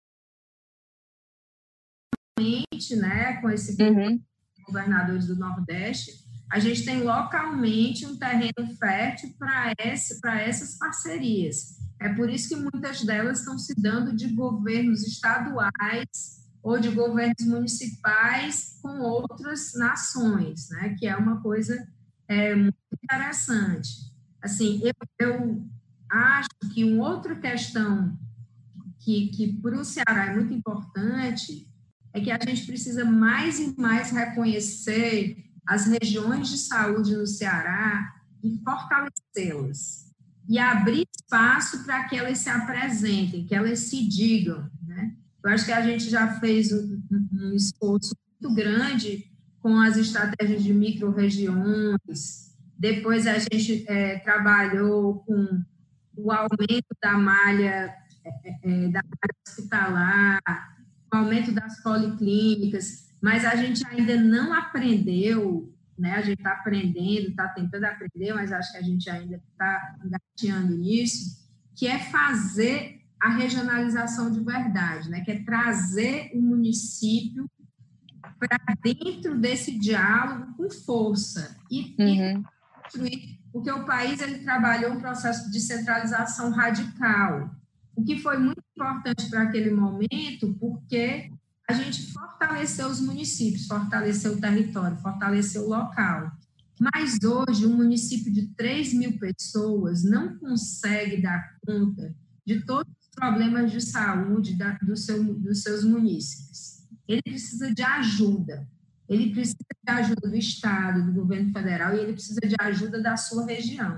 né, com esse grupo de governadores do Nordeste, a gente tem localmente um terreno fértil para essas parcerias. É por isso que muitas delas estão se dando de governos estaduais ou de governos municipais com outras nações, né? Que é uma coisa muito interessante. Assim, eu acho que uma outra questão que para o Ceará é muito importante é que a gente precisa mais e mais reconhecer as regiões de saúde no Ceará e fortalecê-las. E abrir espaço para que elas se apresentem, que elas se digam, né? Eu acho que a gente já fez um esforço muito grande com as estratégias de micro-regiões, depois a gente trabalhou com o aumento da malha hospitalar, o aumento das policlínicas, mas a gente ainda não aprendeu, né? A gente está aprendendo, está tentando aprender, mas acho que a gente ainda está engateando nisso, que é fazer a regionalização de verdade, né? Que é trazer o município para dentro desse diálogo com força e construir, porque o país ele trabalhou um processo de descentralização radical, o que foi muito importante para aquele momento, porque a gente fortaleceu os municípios, fortaleceu o território, fortaleceu o local. Mas hoje, um município de 3 mil pessoas não consegue dar conta de todos os problemas de saúde dos seus munícipes. Ele precisa de ajuda. Ele precisa de ajuda do Estado, do governo federal, e ele precisa de ajuda da sua região.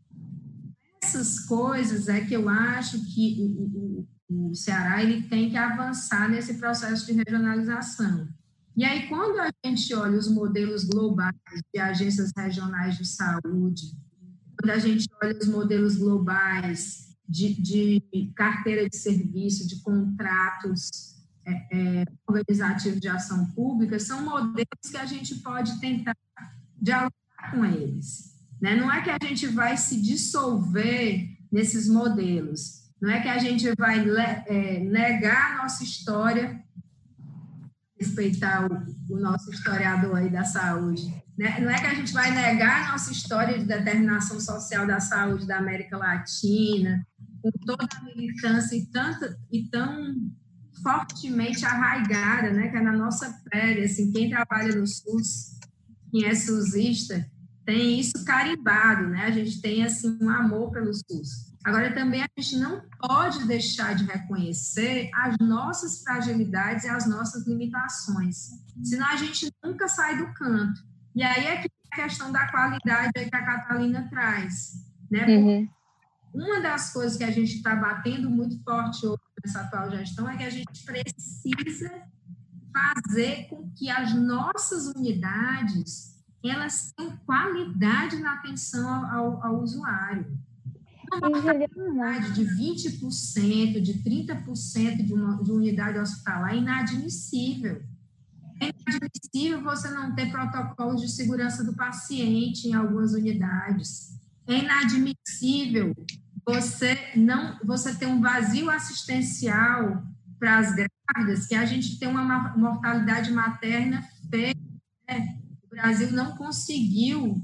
Essas coisas é que eu acho que o Ceará ele tem que avançar nesse processo de regionalização. E aí, quando a gente olha os modelos globais de agências regionais de saúde, quando a gente olha os modelos globais de carteira de serviço, de contratos organizativos de ação pública, são modelos que a gente pode tentar dialogar com eles. Né? Não é que a gente vai se dissolver nesses modelos, não é que a gente vai negar a nossa história, respeitar o nosso historiador aí da saúde, né? Não é que a gente vai negar a nossa história de determinação social da saúde da América Latina, com toda a militância e tão fortemente arraigada, né, que é na nossa pele, assim, quem trabalha no SUS, quem é SUSista, tem isso carimbado, né, a gente tem, assim, um amor pelo SUS. Agora, também a gente não pode deixar de reconhecer as nossas fragilidades e as nossas limitações, senão a gente nunca sai do canto. E aí é que a questão da qualidade aí que a Catalina traz, né, porque uma das coisas que a gente está batendo muito forte hoje nessa atual gestão é que a gente precisa fazer com que as nossas unidades elas tenham qualidade na atenção ao usuário. Uma mortalidade de 20%, de 30% de uma unidade hospitalar é inadmissível. É inadmissível você não ter protocolos de segurança do paciente em algumas unidades. É inadmissível você ter um vazio assistencial para as grávidas, que a gente tem uma mortalidade materna feia, né? O Brasil não conseguiu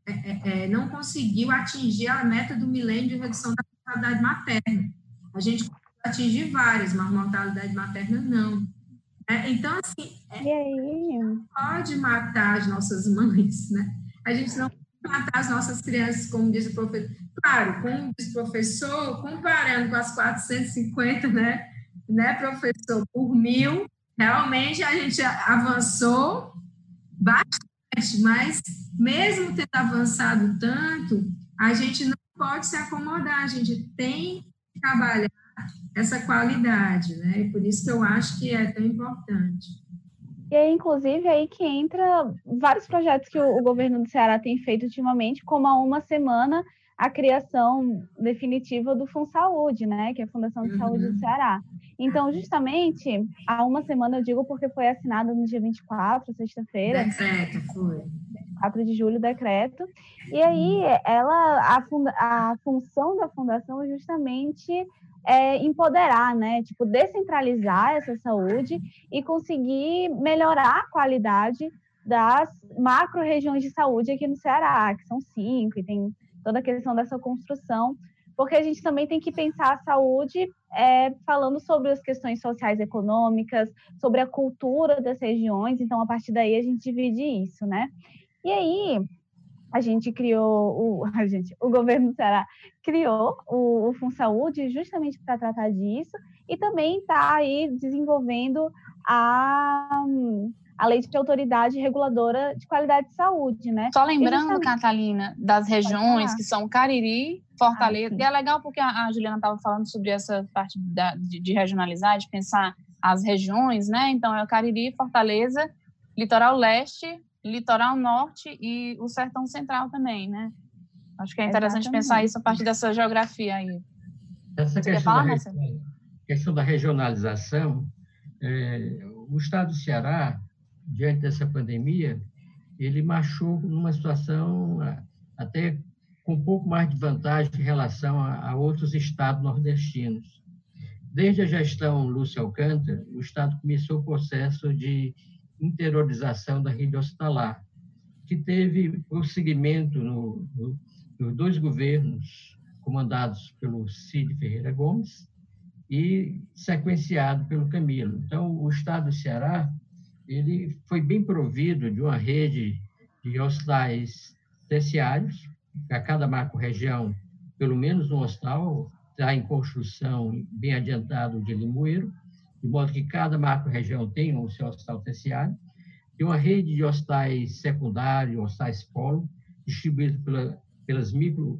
atingir a meta do milênio de redução da mortalidade materna. A gente conseguiu atingir várias, mas a mortalidade materna não. Então, assim, não pode matar as nossas mães, né? A gente não matar as nossas crianças, como diz o professor. Claro, como diz o professor, comparando com as 450, né, professor, por 1.000, realmente a gente avançou bastante, mas mesmo tendo avançado tanto, a gente não pode se acomodar, a gente tem que trabalhar essa qualidade, né, e por isso que eu acho que é tão importante. E aí, inclusive, aí que entra vários projetos que o governo do Ceará tem feito ultimamente, como há uma semana a criação definitiva do FunSaúde, né, que é a Fundação de Saúde do Ceará. Então, justamente, há uma semana, eu digo porque foi assinado no dia 24, sexta-feira. Decreto, foi. 4 de julho, decreto. E aí, a função da fundação é justamente empoderar, né? Tipo, descentralizar essa saúde e conseguir melhorar a qualidade das macro-regiões de saúde aqui no Ceará, que são 5, e tem toda a questão dessa construção, porque a gente também tem que pensar a saúde falando sobre as questões sociais e econômicas, sobre a cultura das regiões, então, a partir daí, a gente divide isso, né? E aí, a gente criou, o governo do Ceará criou o FunSaúde justamente para tratar disso, e também está aí desenvolvendo a lei de autoridade reguladora de qualidade de saúde, né? Só lembrando, Catalina, das regiões que são Cariri, Fortaleza, e é legal porque a Juliana estava falando sobre essa parte de regionalizar, de pensar as regiões, né? Então, é o Cariri, Fortaleza, Litoral Leste, Litoral Norte e o Sertão Central também, né? Acho que é interessante pensar isso a partir dessa geografia aí. Essa questão da regionalização, o Estado do Ceará diante dessa pandemia, ele marchou numa situação até com um pouco mais de vantagem em relação a outros estados nordestinos. Desde a gestão Lúcia Alcântara, o Estado começou o processo de interiorização da rede hospitalar, que teve prosseguimento nos 2 governos comandados pelo Cid Ferreira Gomes e sequenciado pelo Camilo. Então, o Estado do Ceará ele foi bem provido de uma rede de hospitais terciários, a cada macro-região, pelo menos um hospital, está em construção bem adiantado de Limoeiro, de modo que cada macro-região tem o seu hospital terciário. Tem uma rede de hospitais secundários, hospitais polo, distribuídos pelas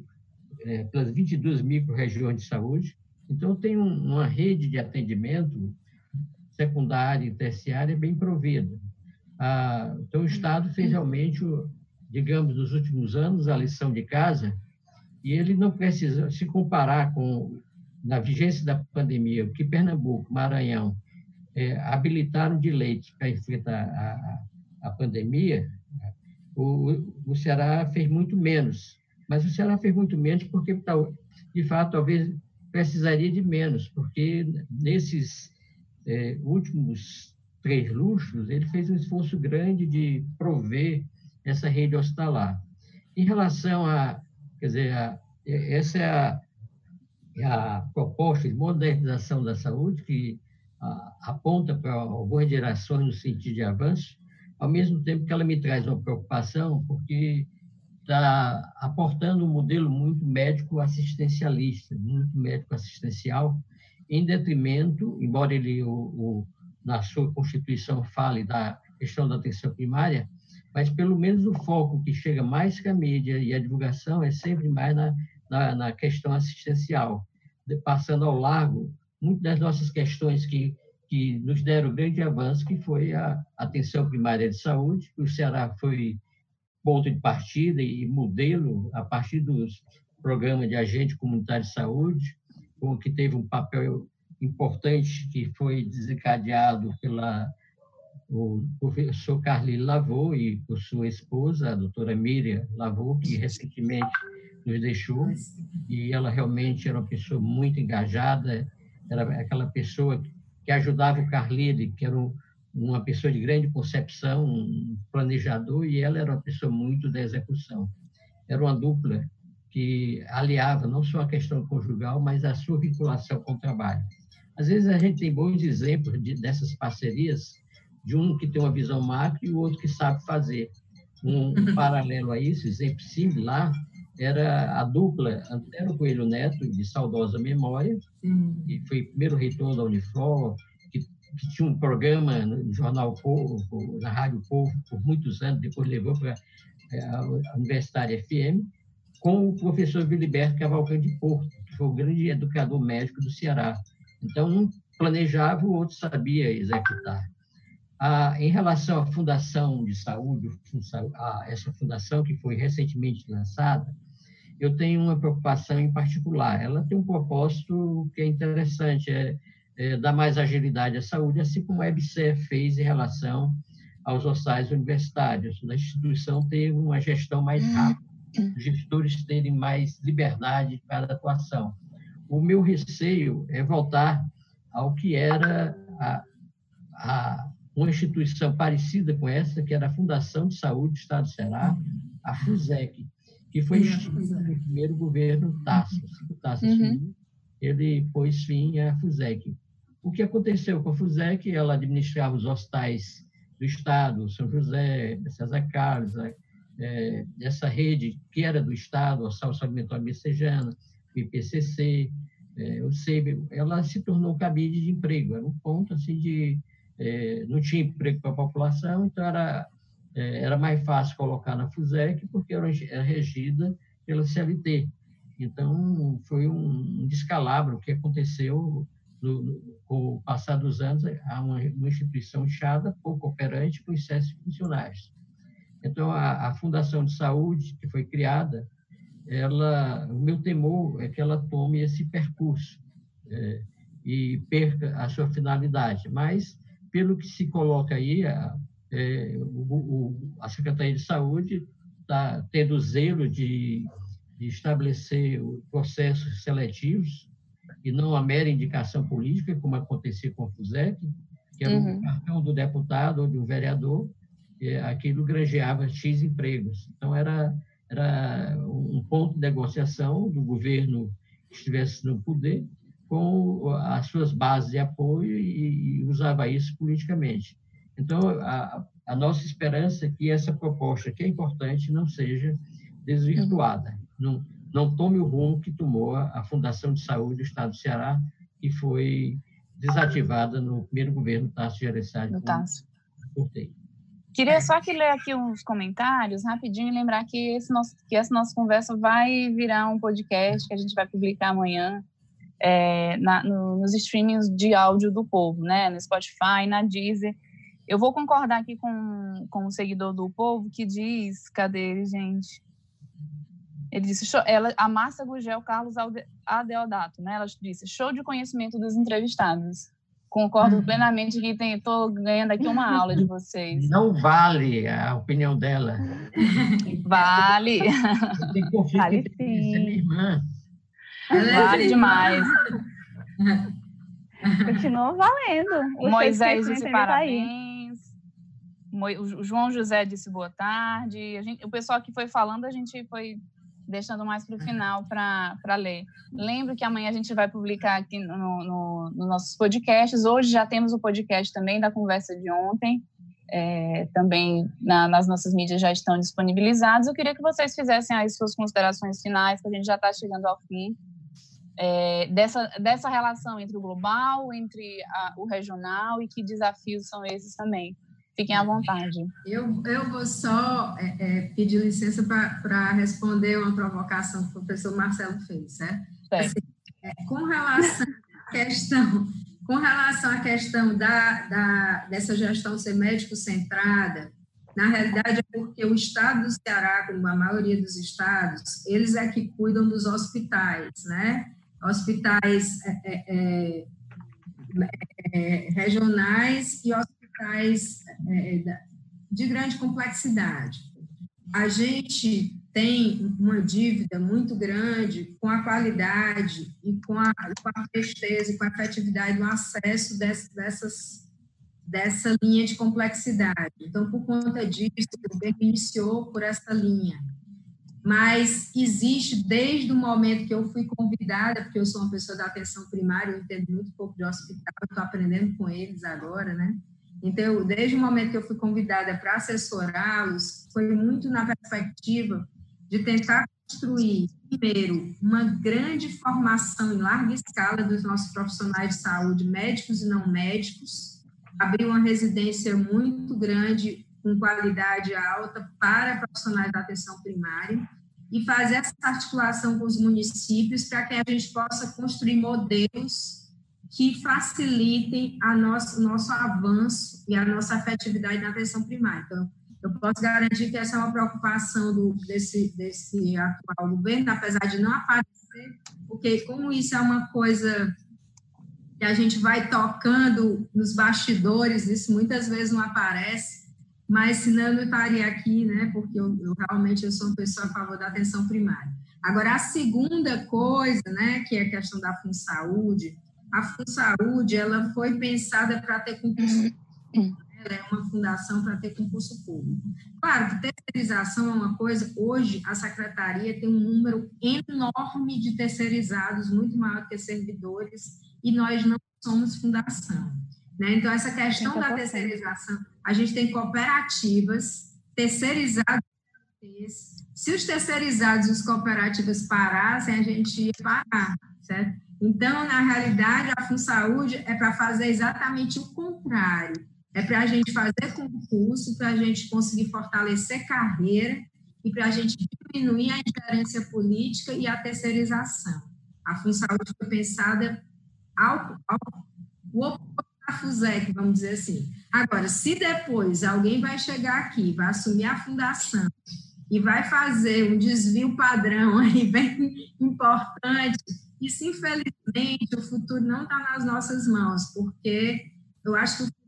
22 micro-regiões de saúde. Então, tem uma rede de atendimento secundária e terciária bem provida. Então, o Estado fez realmente, digamos, nos últimos anos, a lição de casa, e ele não precisa se comparar com, na vigência da pandemia, o que Pernambuco, Maranhão, habilitaram de leitos para enfrentar a pandemia, o Ceará fez muito menos. Mas o Ceará fez muito menos porque, de fato, talvez precisaria de menos, porque nesses últimos 3 lustros, ele fez um esforço grande de prover essa rede hospitalar. Em relação essa é a proposta de modernização da saúde, que aponta para algumas direções no sentido de avanço, ao mesmo tempo que ela me traz uma preocupação, porque está aportando um modelo muito médico-assistencialista, muito médico-assistencial, em detrimento, embora ele, na sua Constituição, fale da questão da atenção primária, mas pelo menos o foco que chega mais que a mídia e a divulgação é sempre mais na questão assistencial, passando ao largo muitas das nossas questões que nos deram grande avanço, que foi a atenção primária de saúde, que o Ceará foi ponto de partida e modelo a partir dos programas de agente comunitário de saúde, que teve um papel importante que foi desencadeado o professor Carlyle Lavaux e por sua esposa, a doutora Miriam Lavaux, que recentemente nos deixou, e ela realmente era uma pessoa muito engajada, era aquela pessoa que ajudava o Carlyle, que era uma pessoa de grande concepção, um planejador, e ela era uma pessoa muito da execução. Era uma dupla que aliava não só a questão conjugal, mas a sua vinculação com o trabalho. Às vezes a gente tem bons exemplos dessas parcerias, de um que tem uma visão macro e o outro que sabe fazer. Um paralelo a isso, exemplo similar, era a dupla Antero Coelho Neto, de saudosa memória, que foi primeiro reitor da Uniflor, que tinha um programa no Jornal Povo, na Rádio Povo, por muitos anos, depois levou para a Universitária FM, com o professor Wiliberto Cavalcante de Porto, que foi o grande educador médico do Ceará. Então, um planejava, o outro sabia executar. Em relação à Fundação de Saúde, essa fundação que foi recentemente lançada, eu tenho uma preocupação em particular. Ela tem um propósito que é interessante, dar mais agilidade à saúde, assim como a EBSER fez em relação aos hospitais universitários, da instituição ter uma gestão mais rápida, os gestores terem mais liberdade para a atuação. O meu receio é voltar ao que era uma instituição parecida com essa, que era a Fundação de Saúde do Estado do Ceará, a FUSEC, que foi instituída no primeiro governo Tasso. O Tasso assumiu, ele pôs fim à FUSEC. O que aconteceu com a FUSEC? Ela administrava os hospitais do Estado, São José, César Carlos, essa rede que era do Estado, o Hospital Alimentar Messejana, o IPCC, o SEB, ela se tornou cabide de emprego, era um ponto assim não tinha emprego para a população, então era mais fácil colocar na FUSEC, porque era regida pela CLT. Então, foi um descalabro que aconteceu com o passar dos anos, a uma instituição inchada, pouco operante, com excesso de funcionários. Então, a Fundação de Saúde, que foi criada, o meu temor é que ela tome esse percurso e perca a sua finalidade. Mas, pelo que se coloca aí, a Secretaria de Saúde está tendo o zelo de estabelecer processos seletivos e não a mera indicação política, como acontecia com a FUSEC, que era o cartão do deputado ou do vereador, aquilo granjeava X empregos. Então, era um ponto de negociação do governo que estivesse no poder com as suas bases de apoio e usava isso politicamente. Então, a nossa esperança é que essa proposta, que é importante, não seja desvirtuada, não tome o rumo que tomou a Fundação de Saúde do Estado do Ceará, que foi desativada no primeiro governo Tasso Gereissati. Queria só que ler aqui uns comentários rapidinho e lembrar que essa nossa conversa vai virar um podcast que a gente vai publicar amanhã nos streamings de áudio do Povo, né? No Spotify, na Deezer. Eu vou concordar aqui com o seguidor do Povo que diz... Cadê ele, gente? Ele disse... a Márcia Gugel Carlos Adeodato, né? Ela disse, show de conhecimento dos entrevistados. Concordo plenamente que estou ganhando aqui uma aula de vocês. Não vale a opinião dela. Vale. Tem conflito vale entre minha irmã. Vale demais. Continua valendo. Moisés disse parabéns. O João José disse boa tarde. O pessoal que foi falando, a gente foi deixando mais para o final para ler. Lembro que amanhã a gente vai publicar aqui nos nossos podcasts. Hoje já temos o podcast também da conversa de ontem. Também nas nossas mídias já estão disponibilizados. Eu queria que vocês fizessem as suas considerações finais, que a gente já está chegando ao fim, dessa relação entre o global, entre o regional, e que desafios são esses também. Fiquem à vontade. Eu vou só pedir licença para responder uma provocação que o professor Marcelo fez, certo? Assim, com relação à questão dessa gestão ser médico-centrada, na realidade é porque o estado do Ceará, como a maioria dos estados, eles é que cuidam dos hospitais, né? Hospitais regionais e hospitais de grande complexidade. A gente tem uma dívida muito grande com a qualidade e com a presteza e com a efetividade no acesso dessa linha de complexidade. Então, por conta disso, o governo iniciou por essa linha. Mas existe, desde o momento que eu fui convidada, porque eu sou uma pessoa da atenção primária, eu entendo muito pouco de hospital, estou aprendendo com eles agora, né? Então, desde o momento que eu fui convidada para assessorá-los, foi muito na perspectiva de tentar construir, primeiro, uma grande formação em larga escala dos nossos profissionais de saúde, médicos e não médicos, abrir uma residência muito grande, com qualidade alta, para profissionais da atenção primária, e fazer essa articulação com os municípios para que a gente possa construir modelos que facilitem o nosso avanço e a nossa afetividade na atenção primária. Então, eu posso garantir que essa é uma preocupação desse atual governo, apesar de não aparecer, porque como isso é uma coisa que a gente vai tocando nos bastidores, isso muitas vezes não aparece, mas senão eu não estaria aqui, né, porque eu realmente sou uma pessoa a favor da atenção primária. Agora, a segunda coisa, né, que é a questão da FunSaúde, a FunSaúde, ela foi pensada para ter concurso público, ela é uma fundação para ter concurso público. Claro que terceirização é uma coisa, hoje a Secretaria tem um número enorme de terceirizados, muito maior do que servidores, e nós não somos fundação, né? Então, essa questão da terceirização, a gente tem cooperativas terceirizadas. Se os terceirizados e as cooperativas parassem, a gente ia parar, certo? Então, na realidade, a FunSaúde é para fazer exatamente o contrário. É para a gente fazer concurso, para a gente conseguir fortalecer carreira e para a gente diminuir a ingerência política e a terceirização. A FunSaúde foi pensada o oposto da FUSEC, vamos dizer assim. Agora, se depois alguém vai chegar aqui, vai assumir a fundação e vai fazer um desvio padrão aí bem importante, isso, infelizmente, o futuro não está nas nossas mãos, porque eu acho que o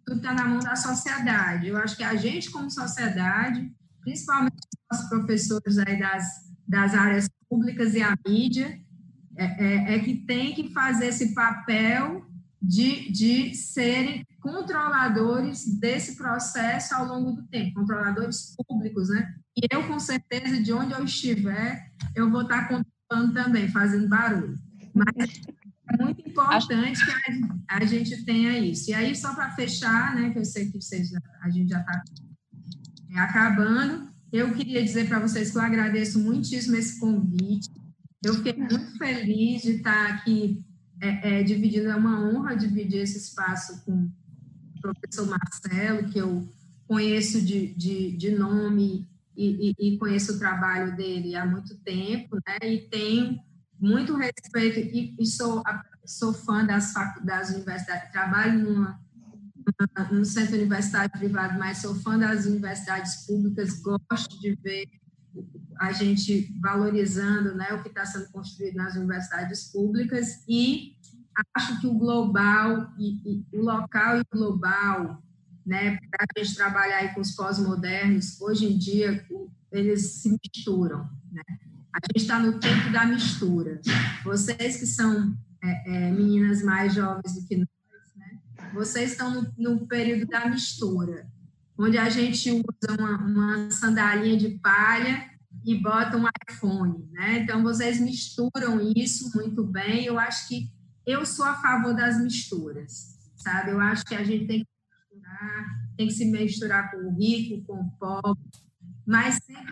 tudo está na mão da sociedade. Eu acho que a gente, como sociedade, principalmente os professores aí das áreas públicas e a mídia, que tem que fazer esse papel de serem controladores desse processo ao longo do tempo, controladores públicos, né? E eu, com certeza, de onde eu estiver, eu vou estar controlando também, fazendo barulho. Mas é muito importante que a gente tenha isso. E aí, só para fechar, né, que eu sei que a gente já está acabando, eu queria dizer para vocês que eu agradeço muitíssimo esse convite. Eu fiquei muito feliz de estar aqui dividindo, é uma honra dividir esse espaço com o professor Marcelo, que eu conheço de nome e conheço o trabalho dele há muito tempo, né? E tenho muito respeito e sou fã das universidades, trabalho num centro universitário privado, mas sou fã das universidades públicas, gosto de ver a gente valorizando, né, o que está sendo construído nas universidades públicas, e acho que o global, o local e o global, né, para a gente trabalhar aí com os pós-modernos, hoje em dia, eles se misturam, né? A gente está no tempo da mistura. Vocês que são meninas mais jovens do que nós, né, vocês estão no período da mistura, onde a gente usa uma sandalinha de palha e bota um iPhone, né? Então, vocês misturam isso muito bem. Eu acho que eu sou a favor das misturas, sabe? Eu acho que a gente tem que se misturar com o rico, com o pobre, mas sempre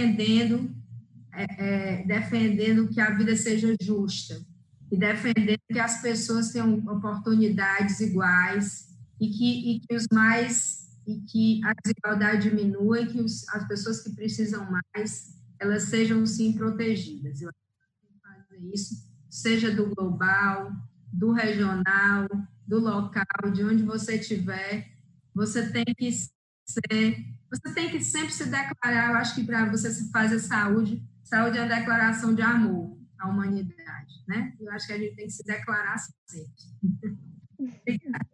defendendo que a vida seja justa e defendendo que as pessoas tenham oportunidades iguais e que a desigualdade diminua e que as pessoas que precisam mais, elas sejam, sim, protegidas. Eu acho que tem que fazer isso, seja do global, do regional, do local, de onde você estiver, você tem que sempre se declarar. Eu acho que para você se fazer saúde é uma declaração de amor à humanidade, né? Eu acho que a gente tem que se declarar sempre. Obrigada.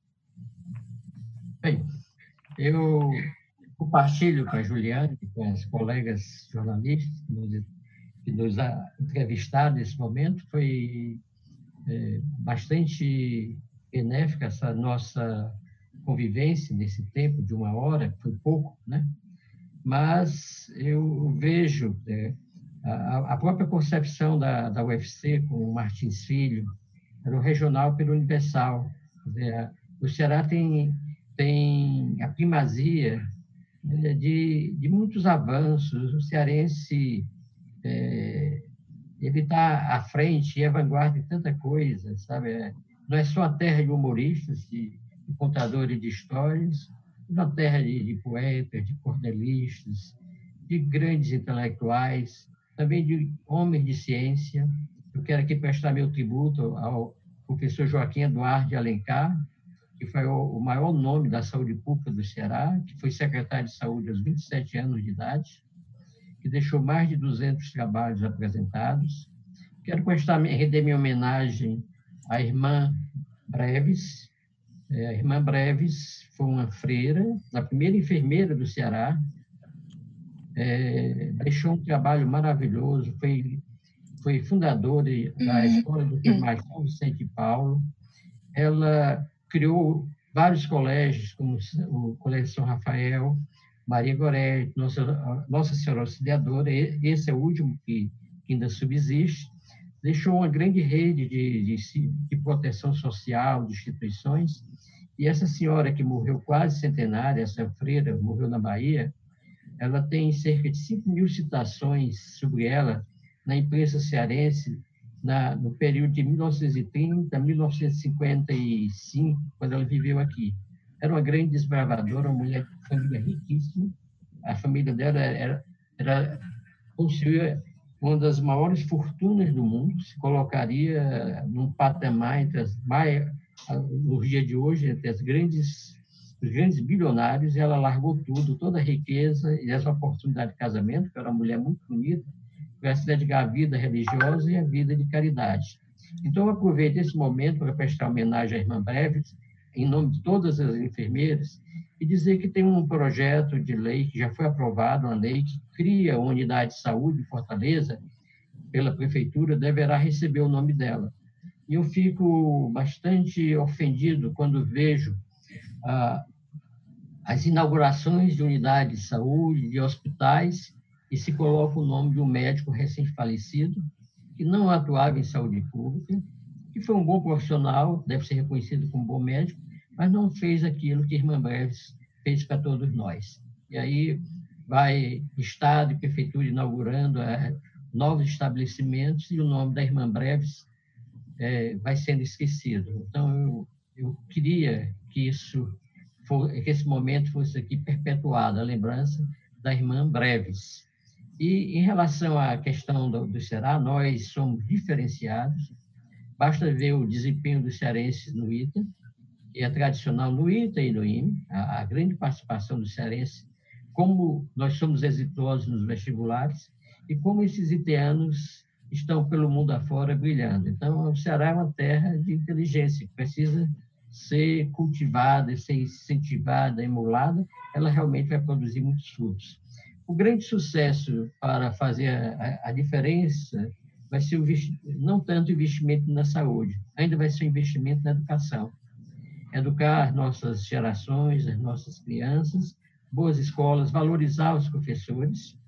Bem, eu compartilho com a Juliane e com as colegas jornalistas que nos entrevistaram nesse momento. Foi bastante benéfica essa nossa convivência nesse tempo de 1 hora, que foi pouco, né? Mas eu vejo a própria concepção da UFC com o Martins Filho, era o regional pelo universal. O Ceará tem a primazia de muitos avanços. O cearense ele está à frente e à vanguarda de tanta coisa, sabe? Não é só a terra de humoristas, de contadores de histórias, é uma terra de poetas, de cordelistas, de grandes intelectuais, também de homens de ciência. Eu quero aqui prestar meu tributo ao professor Joaquim Eduardo de Alencar, que foi o maior nome da saúde pública do Ceará, que foi secretário de saúde aos 27 anos de idade, que deixou mais de 200 trabalhos apresentados. Quero render minha homenagem à irmã Breves. A irmã Breves foi uma freira, a primeira enfermeira do Ceará, deixou um trabalho maravilhoso, foi fundadora da Escola do Enfermagem São Vicente de Paulo. Ela criou vários colégios, como o Colégio São Rafael, Maria Gorete, Nossa Senhora Auxiliadora, esse é o último que ainda subsiste. Deixou uma grande rede de proteção social, de instituições, e essa senhora que morreu quase centenária, essa freira, morreu na Bahia, ela tem cerca de 5.000 citações sobre ela na imprensa cearense, no período de 1930 a 1955, quando ela viveu aqui. Era uma grande desbravadora, uma mulher de família riquíssima. A família dela possuía uma das maiores fortunas do mundo, se colocaria num patamar entre no dia de hoje, entre os grandes bilionários, e ela largou tudo, toda a riqueza e essa oportunidade de casamento, que era uma mulher muito bonita, para se dedicar à vida religiosa e à vida de caridade. Então, eu aproveito esse momento para prestar homenagem à irmã Breves, em nome de todas as enfermeiras, e dizer que tem um projeto de lei que já foi aprovado, uma lei que cria a unidade de saúde de Fortaleza, pela prefeitura, deverá receber o nome dela. E eu fico bastante ofendido quando vejo as inaugurações de unidades de saúde, de hospitais, e se coloca o nome de um médico recém-falecido, que não atuava em saúde pública, que foi um bom profissional, deve ser reconhecido como bom médico, mas não fez aquilo que a Irmã Breves fez para todos nós. E aí vai Estado e Prefeitura inaugurando novos estabelecimentos e o nome da Irmã Breves vai sendo esquecido. Então, eu queria que esse momento fosse aqui perpetuado, a lembrança da Irmã Breves. E, em relação à questão do Ceará, nós somos diferenciados. Basta ver o desempenho dos cearenses no ITA, que é tradicional no ITA e no IME, a grande participação dos cearenses, como nós somos exitosos nos vestibulares e como esses iteanos estão pelo mundo afora brilhando. Então, o Ceará é uma terra de inteligência, que precisa ser cultivada, ser incentivada, emulada, ela realmente vai produzir muitos frutos. O grande sucesso para fazer a diferença vai ser não tanto o investimento na saúde, ainda vai ser o investimento na educação. Educar nossas gerações, as nossas crianças, boas escolas, valorizar os professores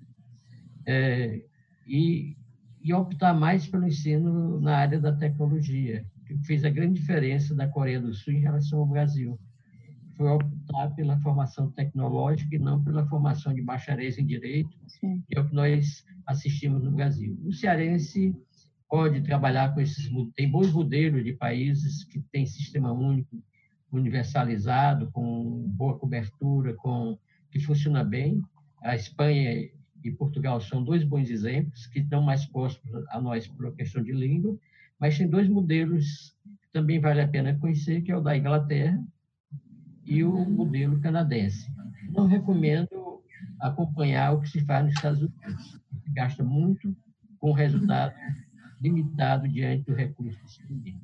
e optar mais pelo ensino na área da tecnologia, que fez a grande diferença da Coreia do Sul em relação ao Brasil. Foi optar pela formação tecnológica e não pela formação de bacharéis em direito, que é o que nós assistimos no Brasil. O cearense pode trabalhar com tem bons modelos de países que têm sistema único, universalizado, com boa cobertura, que funciona bem. A Espanha e Portugal são dois bons exemplos, que estão mais próximos a nós por uma questão de língua, mas tem dois modelos que também vale a pena conhecer, que é o da Inglaterra e o modelo canadense. Não recomendo acompanhar o que se faz nos Estados Unidos. Se gasta muito com resultado limitado diante do recurso disponível.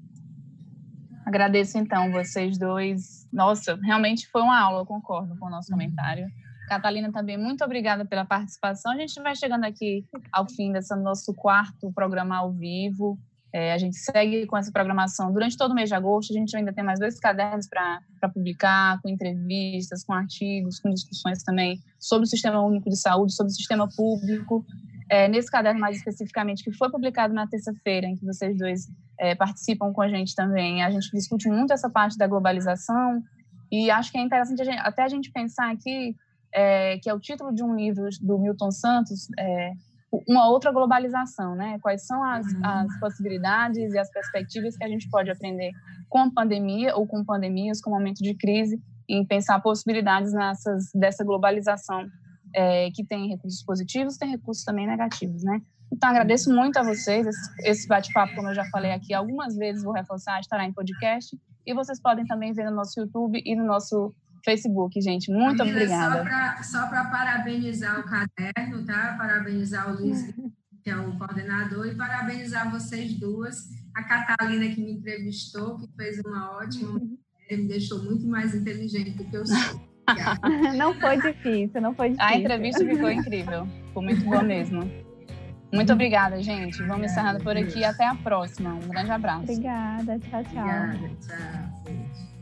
Agradeço, então, vocês dois. Nossa, realmente foi uma aula, eu concordo com o nosso comentário. Catalina, também, muito obrigada pela participação. A gente vai chegando aqui ao fim desse nosso 4º programa ao vivo. A gente segue com essa programação durante todo o mês de agosto. A gente ainda tem mais 2 cadernos para publicar, com entrevistas, com artigos, com discussões também sobre o Sistema Único de Saúde, sobre o sistema público. Nesse caderno, mais especificamente, que foi publicado na terça-feira, em que vocês dois participam com a gente também, a gente discute muito essa parte da globalização e acho que é interessante até a gente pensar aqui que é o título de um livro do Milton Santos, uma outra globalização, né? Quais são as possibilidades e as perspectivas que a gente pode aprender com a pandemia ou com pandemias, com momento de crise, em pensar possibilidades dessa globalização que tem recursos positivos, tem recursos também negativos, né? Então, agradeço muito a vocês. Esse bate-papo, como eu já falei aqui algumas vezes, vou reforçar, estará em podcast. E vocês podem também ver no nosso YouTube e no nosso Facebook, gente. Muito obrigada. Só para parabenizar o caderno, tá? Parabenizar o Luiz, que é o coordenador, e parabenizar vocês duas. A Catalina, que me entrevistou, que fez uma ótima, me deixou muito mais inteligente do que eu sou. Não foi difícil, não foi difícil. A entrevista ficou incrível. Ficou muito boa mesmo. Muito obrigada, gente. Vamos encerrando por aqui. Até a próxima. Um grande abraço. Obrigada. Tchau, tchau. Obrigada, tchau.